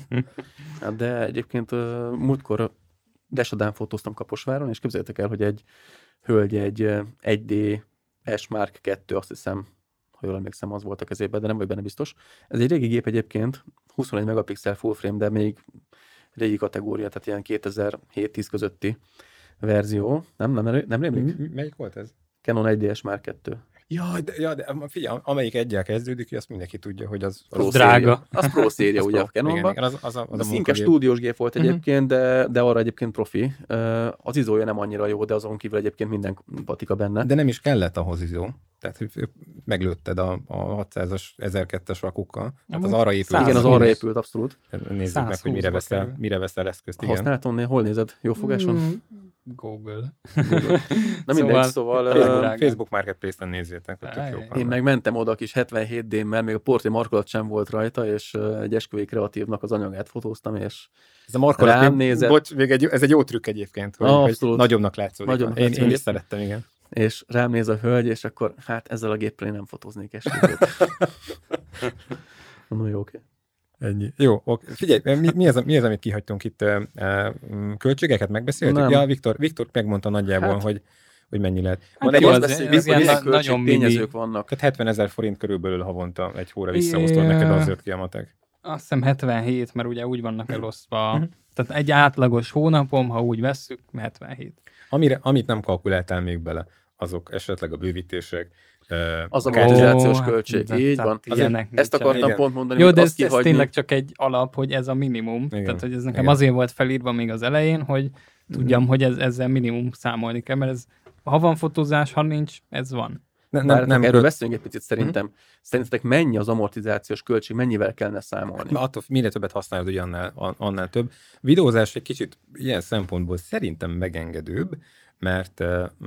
De egyébként múltkor Desadán fotóztam Kaposváron, és képzeljétek el, hogy egy hölgy egy 1D S Mark 2, azt hiszem, ha jól emlékszem, az volt a kezében, de nem vagy benne biztos. Ez egy régi gép egyébként, 21 megapixel full frame, de még régi kategória, tehát ilyen 2007-10 közötti verzió. Nem rémlik?
Melyik volt ez?
Canon 1DS Mark 2.
De figyelj, amelyik egyel kezdődik, azt mindenki tudja, hogy az
drága.
Az Pro széria ugye a Canonban. Az inkább stúdiós gép volt egyébként, de arra egyébként profi. Az izója nem annyira jó, de azon kívül egyébként minden patika benne.
De nem is kellett ahhoz izó. Tehát meglőtted a 600-as, 1002-es rakukkal. Tehát az arra épült.
Igen, az arra épült, abszolút.
Nézzük meg, hogy mire veszel eszközt.
Használton, hol nézed? Jó fogáson?
Google.
Na mindegy, szóval
Facebook Marketplace-en nézzétek, hogy tök jók.
Én meg mentem oda kis 77D-mmel, még a portré markolat sem volt rajta, és egy esküvői kreatívnak az anyagát fotóztam, és
ez a markolat, ez egy jó trükk egyébként, hogy nagyobbnak látszódik. Én is szerettem, igen.
És rám néz a hölgy, és akkor hát ezzel a géppel én nem fotóznék esküvőt. No, jó, oké.
Ennyi. Jó, oké. Figyelj, mi az, amit kihagytunk itt? Költségeket megbeszéltük? Ja, Viktor megmondta nagyjából, hogy mennyi lehet.
Van egy nagyon tényezők vannak.
Tehát 70 000 forint körülbelül havonta egy hóra visszaosztod, neked az jött ki a matek.
Azt hiszem 77, mert ugye úgy vannak elosztva. Tehát egy átlagos hónapom, ha úgy vesszük, 77.
Amit nem kalkuláltál még bele, azok esetleg a bővítések,
az amortizációs költség, így van. Ezt akartam pont mondani,
jó, de ez tényleg csak egy alap, hogy ez a minimum. Igen. Tehát, hogy ez nekem azért volt felírva még az elején, hogy tudjam, hogy ezzel minimum számolni kell, mert ez, ha van fotózás, ha nincs, ez van.
Nem, erről beszéljünk egy picit szerintem. Szerintetek mennyi az amortizációs költség, mennyivel kellene számolni?
Attól minél többet használod, hogy annál több. Videózás egy kicsit ilyen szempontból szerintem megengedőbb, mert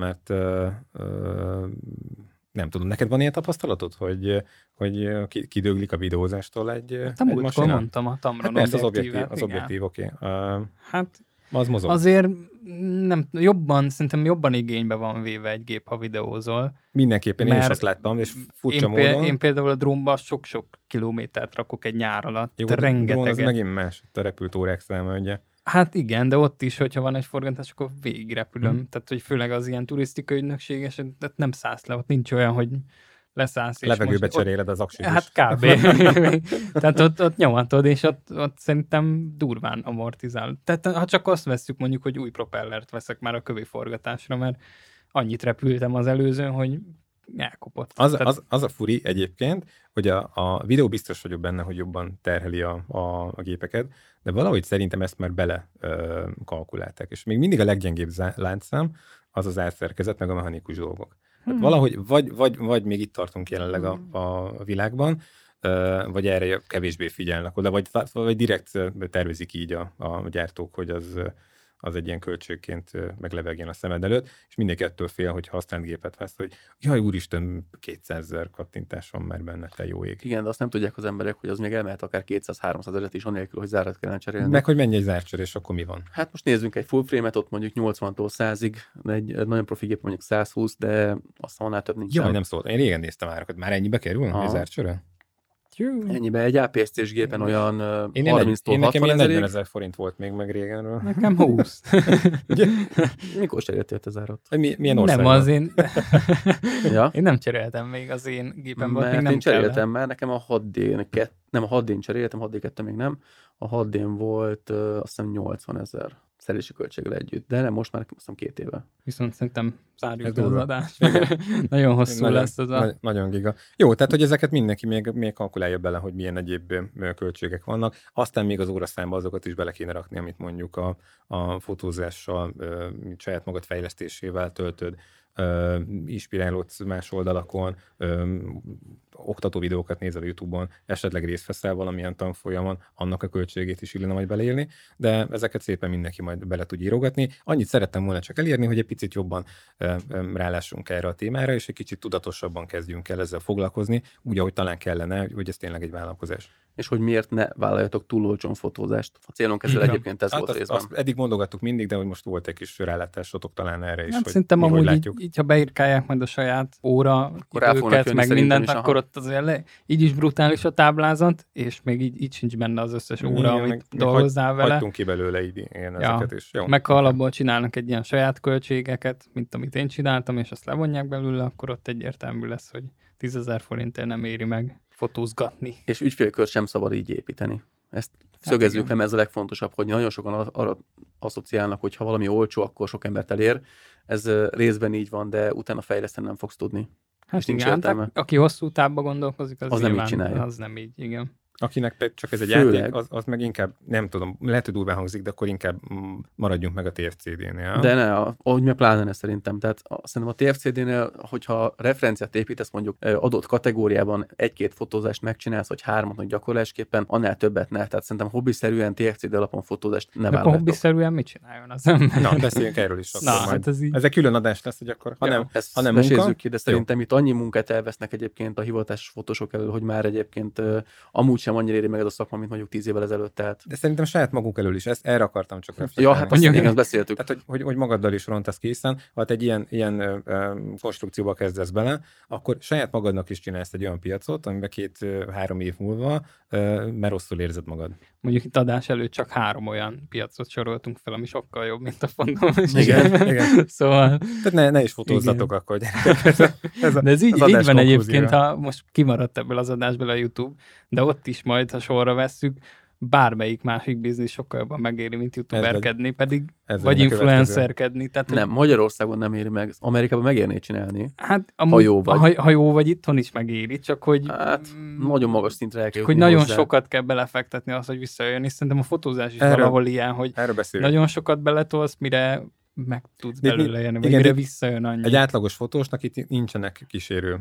nem tudom, neked van ilyen tapasztalatod, hogy kidőglik a videózástól egy
masina? Mondtam a Tamron
objektívet. Az objektív, oké.
Hát
az mozog.
Azért szerintem jobban igénybe van véve egy gép, ha videózol.
Mindenképpen, én is azt láttam, és furcsa módon.
Én például a drónba sok kilométert rakok egy nyár alatt.
Jó, rengeteget. Az megint más, a repült órák száma, ugye?
Hát igen, de ott is, hogyha van egy forgatás, akkor végig repülöm. Tehát, hogy főleg az ilyen turisztikai ügynökséges, tehát nem szállsz le, ott nincs olyan, hogy leszállsz.
Levegőbe cseréled az aksit.
Hát kb. Tehát ott nyomatod, és ott szerintem durván amortizál. Tehát ha csak azt vesszük mondjuk, hogy új propellert veszek már a kövi forgatásra, mert annyit repültem az előzőn, hogy elkopott.
Az a furi egyébként, hogy a videó biztos vagyok benne, hogy jobban terheli a gépeket, de valahogy szerintem ezt már bele kalkulálták. És még mindig a leggyengébb láncszám az az árszerkezet, meg a mechanikus dolgok. Tehát valahogy vagy még itt tartunk jelenleg a világban, vagy erre kevésbé figyelnek oda, vagy direkt tervezik így a gyártók, hogy az egy ilyen költségként meglevegjen a szemed előtt, és mindenki ettől fél, hogy használt gépet vesz, hogy jaj, úristen, 200 000 kattintás van már benne, te jó ég.
Igen, de azt nem tudják az emberek, hogy az még elmehet akár 200-300 ezeret is, anélkül, hogy zárat kellene cserélni.
Meg hogy mennyi egy zárcsör, és akkor mi van?
Hát most nézzünk egy full frame-et, ott mondjuk 80-tól 100-ig, egy nagyon profi gép mondjuk 120, de aztán annál több nincs.
Jaj, nem szólt. Én régen néztem árakat. Már ennyibe kerül egy zárcsöre?
Ennyibe egy APS-C-s gépen olyan 30-tól 60
nekem ilyen 40
ezerig.
000 forint volt még meg régenről.
Nekem 20.
Mikor cseréltél te zárat?
Milyen országban?
Nem az én...
Ja?
Én nem cseréltem még az én gépemben, még
Mert
nem
én cseréltem
kellett.
már, nekem a 6D, nem a 6D-n cseréltem, 6D2 még nem, a 6D-n volt azt hiszem 80 000 szerelési költséggel együtt, de nem, most már azt hiszem 2 éve.
Viszont szerintem zárjuk
Ez
le az
durva.
adást. Nagyon hosszú lesz az a...
Nagyon giga. Jó, tehát hogy ezeket mindenki még kalkulálja bele, hogy milyen egyéb költségek vannak. Aztán még az óraszámba azokat is bele kéne rakni, amit mondjuk a fotózással, saját magad fejlesztésével töltöd, inspirálódsz más oldalakon, oktató videókat nézel a YouTube-on, esetleg részt veszel valamilyen tanfolyamon, annak a költségét is illene majd beleélni, de ezeket szépen mindenki majd bele tud írogatni. Annyit szerettem volna csak elérni, hogy egy picit jobban rálássunk erre a témára, és egy kicsit tudatosabban kezdjünk el ezzel foglalkozni, úgy, ahogy talán kellene, hogy ez tényleg egy vállalkozás.
És hogy miért ne vállaljatok túl olcsón fotózást. A célunk ezzel egyébként ez volt részben.
Azt eddig mondogattuk mindig, de hogy most volt egy kis rálátásotok talán erre is.
Hát
hogy
szerintem
mi hogy
amúgy
látjuk.
így, ha beírkálják majd a saját óra
rá fognak
időket,
jönni
meg
szerintem
mindent,
is, aha.
akkor ott azért így is brutális a táblázat, és még így sincs benne az összes óra,
Igen,
amit
meg
dolgozzál vele.
Hagytunk ki belőle igen, ezeket is. Jó.
Meg ha alapból csinálnak egy ilyen saját költségeket, mint amit én csináltam, és azt levonják belőle, akkor ott egyértelmű lesz, hogy 10 000 forintért nem éri meg fotózgatni.
És ügyfélkört sem szabad így építeni. Ezt szögezzük
igen.
le, mert ez a legfontosabb, hogy nagyon sokan arra asszociálnak, hogy ha valami olcsó, akkor sok embert elér. Ez részben így van, de utána fejleszteni nem fogsz tudni.
Hát
és nincs
igen,
értelme.
tehát aki hosszú távban gondolkozik,
Az nem így
nyilván,
csinálja.
Az nem így, igen.
Akinek csak ez egy
Főleg.
játék, az meg inkább, nem tudom, lehet, hogy durván hangzik, de akkor inkább maradjunk meg a TFCD-nél.
De ne, ahogy mi pláne ne szerintem. Tehát szerintem a TFCD-nél, hogyha referenciát építesz mondjuk adott kategóriában 1-2 fotózást megcsinálsz, vagy 3, hogy gyakorlásképpen, annál többet ne. Tehát szerintem hobbiszerűen TFCD alapon fotózást ne
De akkor
vállaljátok.
hobbiszerűen mit csináljon az ember?
Na, beszéljünk erről is. Akkor
Na,
majd.
hát ez így.
Ez egy külön adás lesz, hogy akkor,
Ezt
ha nem munka.
mesézzük ki, de szerintem itt annyi munkát elvesznek egyébként a hivatásos fotósok elől, hogy már egyébként amúgy sem annyira éri meg ez a szakma, mint mondjuk 10 évvel ezelőtt. Tehát...
De szerintem saját magunk elől is, erre akartam csak
Ja,
reflektálni.
hát azt igen, azt beszéltük.
Tehát, hogy magaddal is rontasz készen, ha egy ilyen konstrukcióba kezdesz bele, akkor saját magadnak is csinálsz egy olyan piacot, amiben 2-3 év múlva már rosszul érzed magad.
Mondjuk itt adás előtt csak 3 olyan piacot soroltunk fel, ami sokkal jobb, mint a fondom.
Igen.
Szóval...
Tehát ne is fotózzatok akkor, gyerekek.
De ez így
az adás
van egyébként,
konklúziója.
ha most kimaradt ebből az adásból a YouTube, de ott is majd, ha sorra vesszük, bármelyik másik biznisz sokkal jobban megéri, mint youtuberkedni, pedig
ez
vagy
lenne a
influencerkedni. Tehát,
Nem, Magyarországon nem éri meg. Amerikában megérné csinálni.
hát
Ha jó vagy.
Ha jó vagy, itthon is megéri, csak hogy...
Hát nagyon magas szintre el kell
hogy
jutni
nagyon
hozzá.
sokat kell belefektetni az, hogy visszajön, és szerintem a fotózás is
Erről-
valahol ilyen, hogy
Erről beszélünk.
nagyon sokat beletolsz, mire meg tudsz
De mi-
belőle jönni, vagy
igen,
mire
de-
visszajön annyi.
Egy átlagos fotósnak itt nincsenek kísérő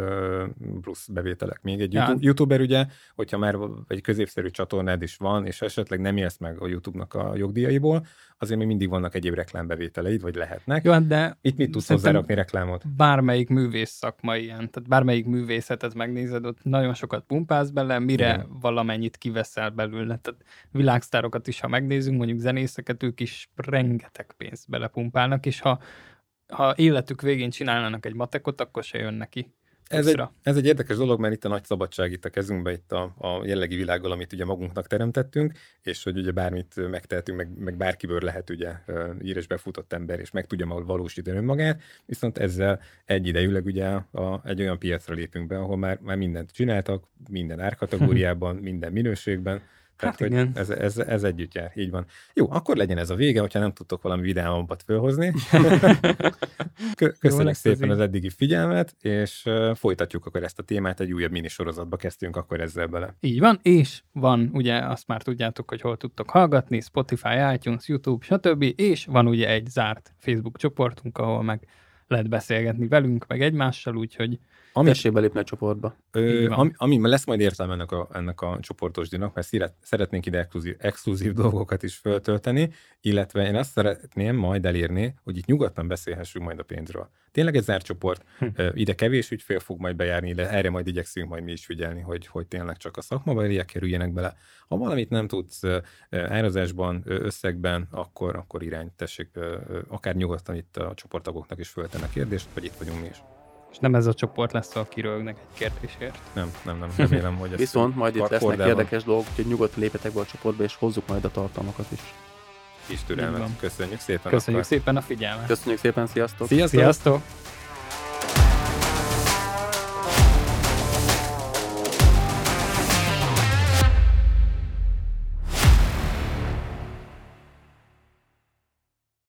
plusz bevételek. Még egy
Ja.
youtuber ugye, hogyha már egy középszerű csatornád is van, és esetleg nem élsz meg a YouTube-nak a jogdíjaiból, azért még mindig vannak egyéb reklámbevételeid, vagy lehetnek.
Jó, hát de
Itt mit tudsz
szerintem
hozzárakni reklámot?
bármelyik művész szakma ilyen, tehát bármelyik művészetet megnézed, ott nagyon sokat pumpálsz bele, mire
Igen.
valamennyit kiveszel belőle. Tehát világsztárokat is, ha megnézünk, mondjuk zenészeket, ők is rengeteg pénzt belepumpálnak, és ha életük végén csinálnának egy matekot, akkor se jön neki.
Ez egy érdekes dolog, mert itt a nagy szabadság itt a kezünkben, itt a jellegi világgal, amit ugye magunknak teremtettünk, és hogy ugye bármit megtehetünk, meg bárkiből lehet ugye íres befutott ember, és meg tudja valósítani önmagát, viszont ezzel egyidejűleg ugye egy olyan piacra lépünk be, ahol már mindent csináltak, minden árkategóriában, minden minőségben. Tehát,
Hát
hogy
igen.
ez együtt jár, így van. Jó, akkor legyen ez a vége, hogyha nem tudtok valami vidámabbat fölhozni. Köszönjük
lesz
szépen
ez
az eddigi figyelmet, és folytatjuk akkor ezt a témát, egy újabb minisorozatba kezdtünk akkor ezzel bele.
Így van, és van, ugye azt már tudjátok, hogy hol tudtok hallgatni, Spotify, iTunes, YouTube, stb. És van ugye egy zárt Facebook csoportunk, ahol meg lehet beszélgetni velünk, meg egymással, úgyhogy
Tessék belépni a csoportba.
Ami lesz majd értelme ennek a csoportos díjnak, mert szeretnénk ide exkluzív dolgokat is föltölteni, illetve én azt szeretném majd elérni, hogy itt nyugodtan beszélhessünk majd a pénzről. Tényleg egy zárt csoport, ide kevés ügyfél fog majd bejárni, de erre majd igyekszünk majd mi is figyelni, hogy tényleg csak a szakmabeliek kerüljenek bele. Ha valamit nem tudsz árazásban, összegben, akkor irány, tessék, akár nyugodtan itt a csoporttagoknak is föltennek kérdést, vagy itt vagyunk mi is.
És nem ez a csoport lesz, aki röhögnek egy kérdésért.
Nem, remélem, hogy ez
viszont majd itt lesznek érdekes dolgok, úgyhogy nyugodtan lépjetek be a csoportba, és hozzuk majd a tartalmakat is.
Kis türelmet. Köszönjük szépen.
Köszönjük szépen a figyelmet.
Köszönjük szépen, sziasztok!
Sziasztok!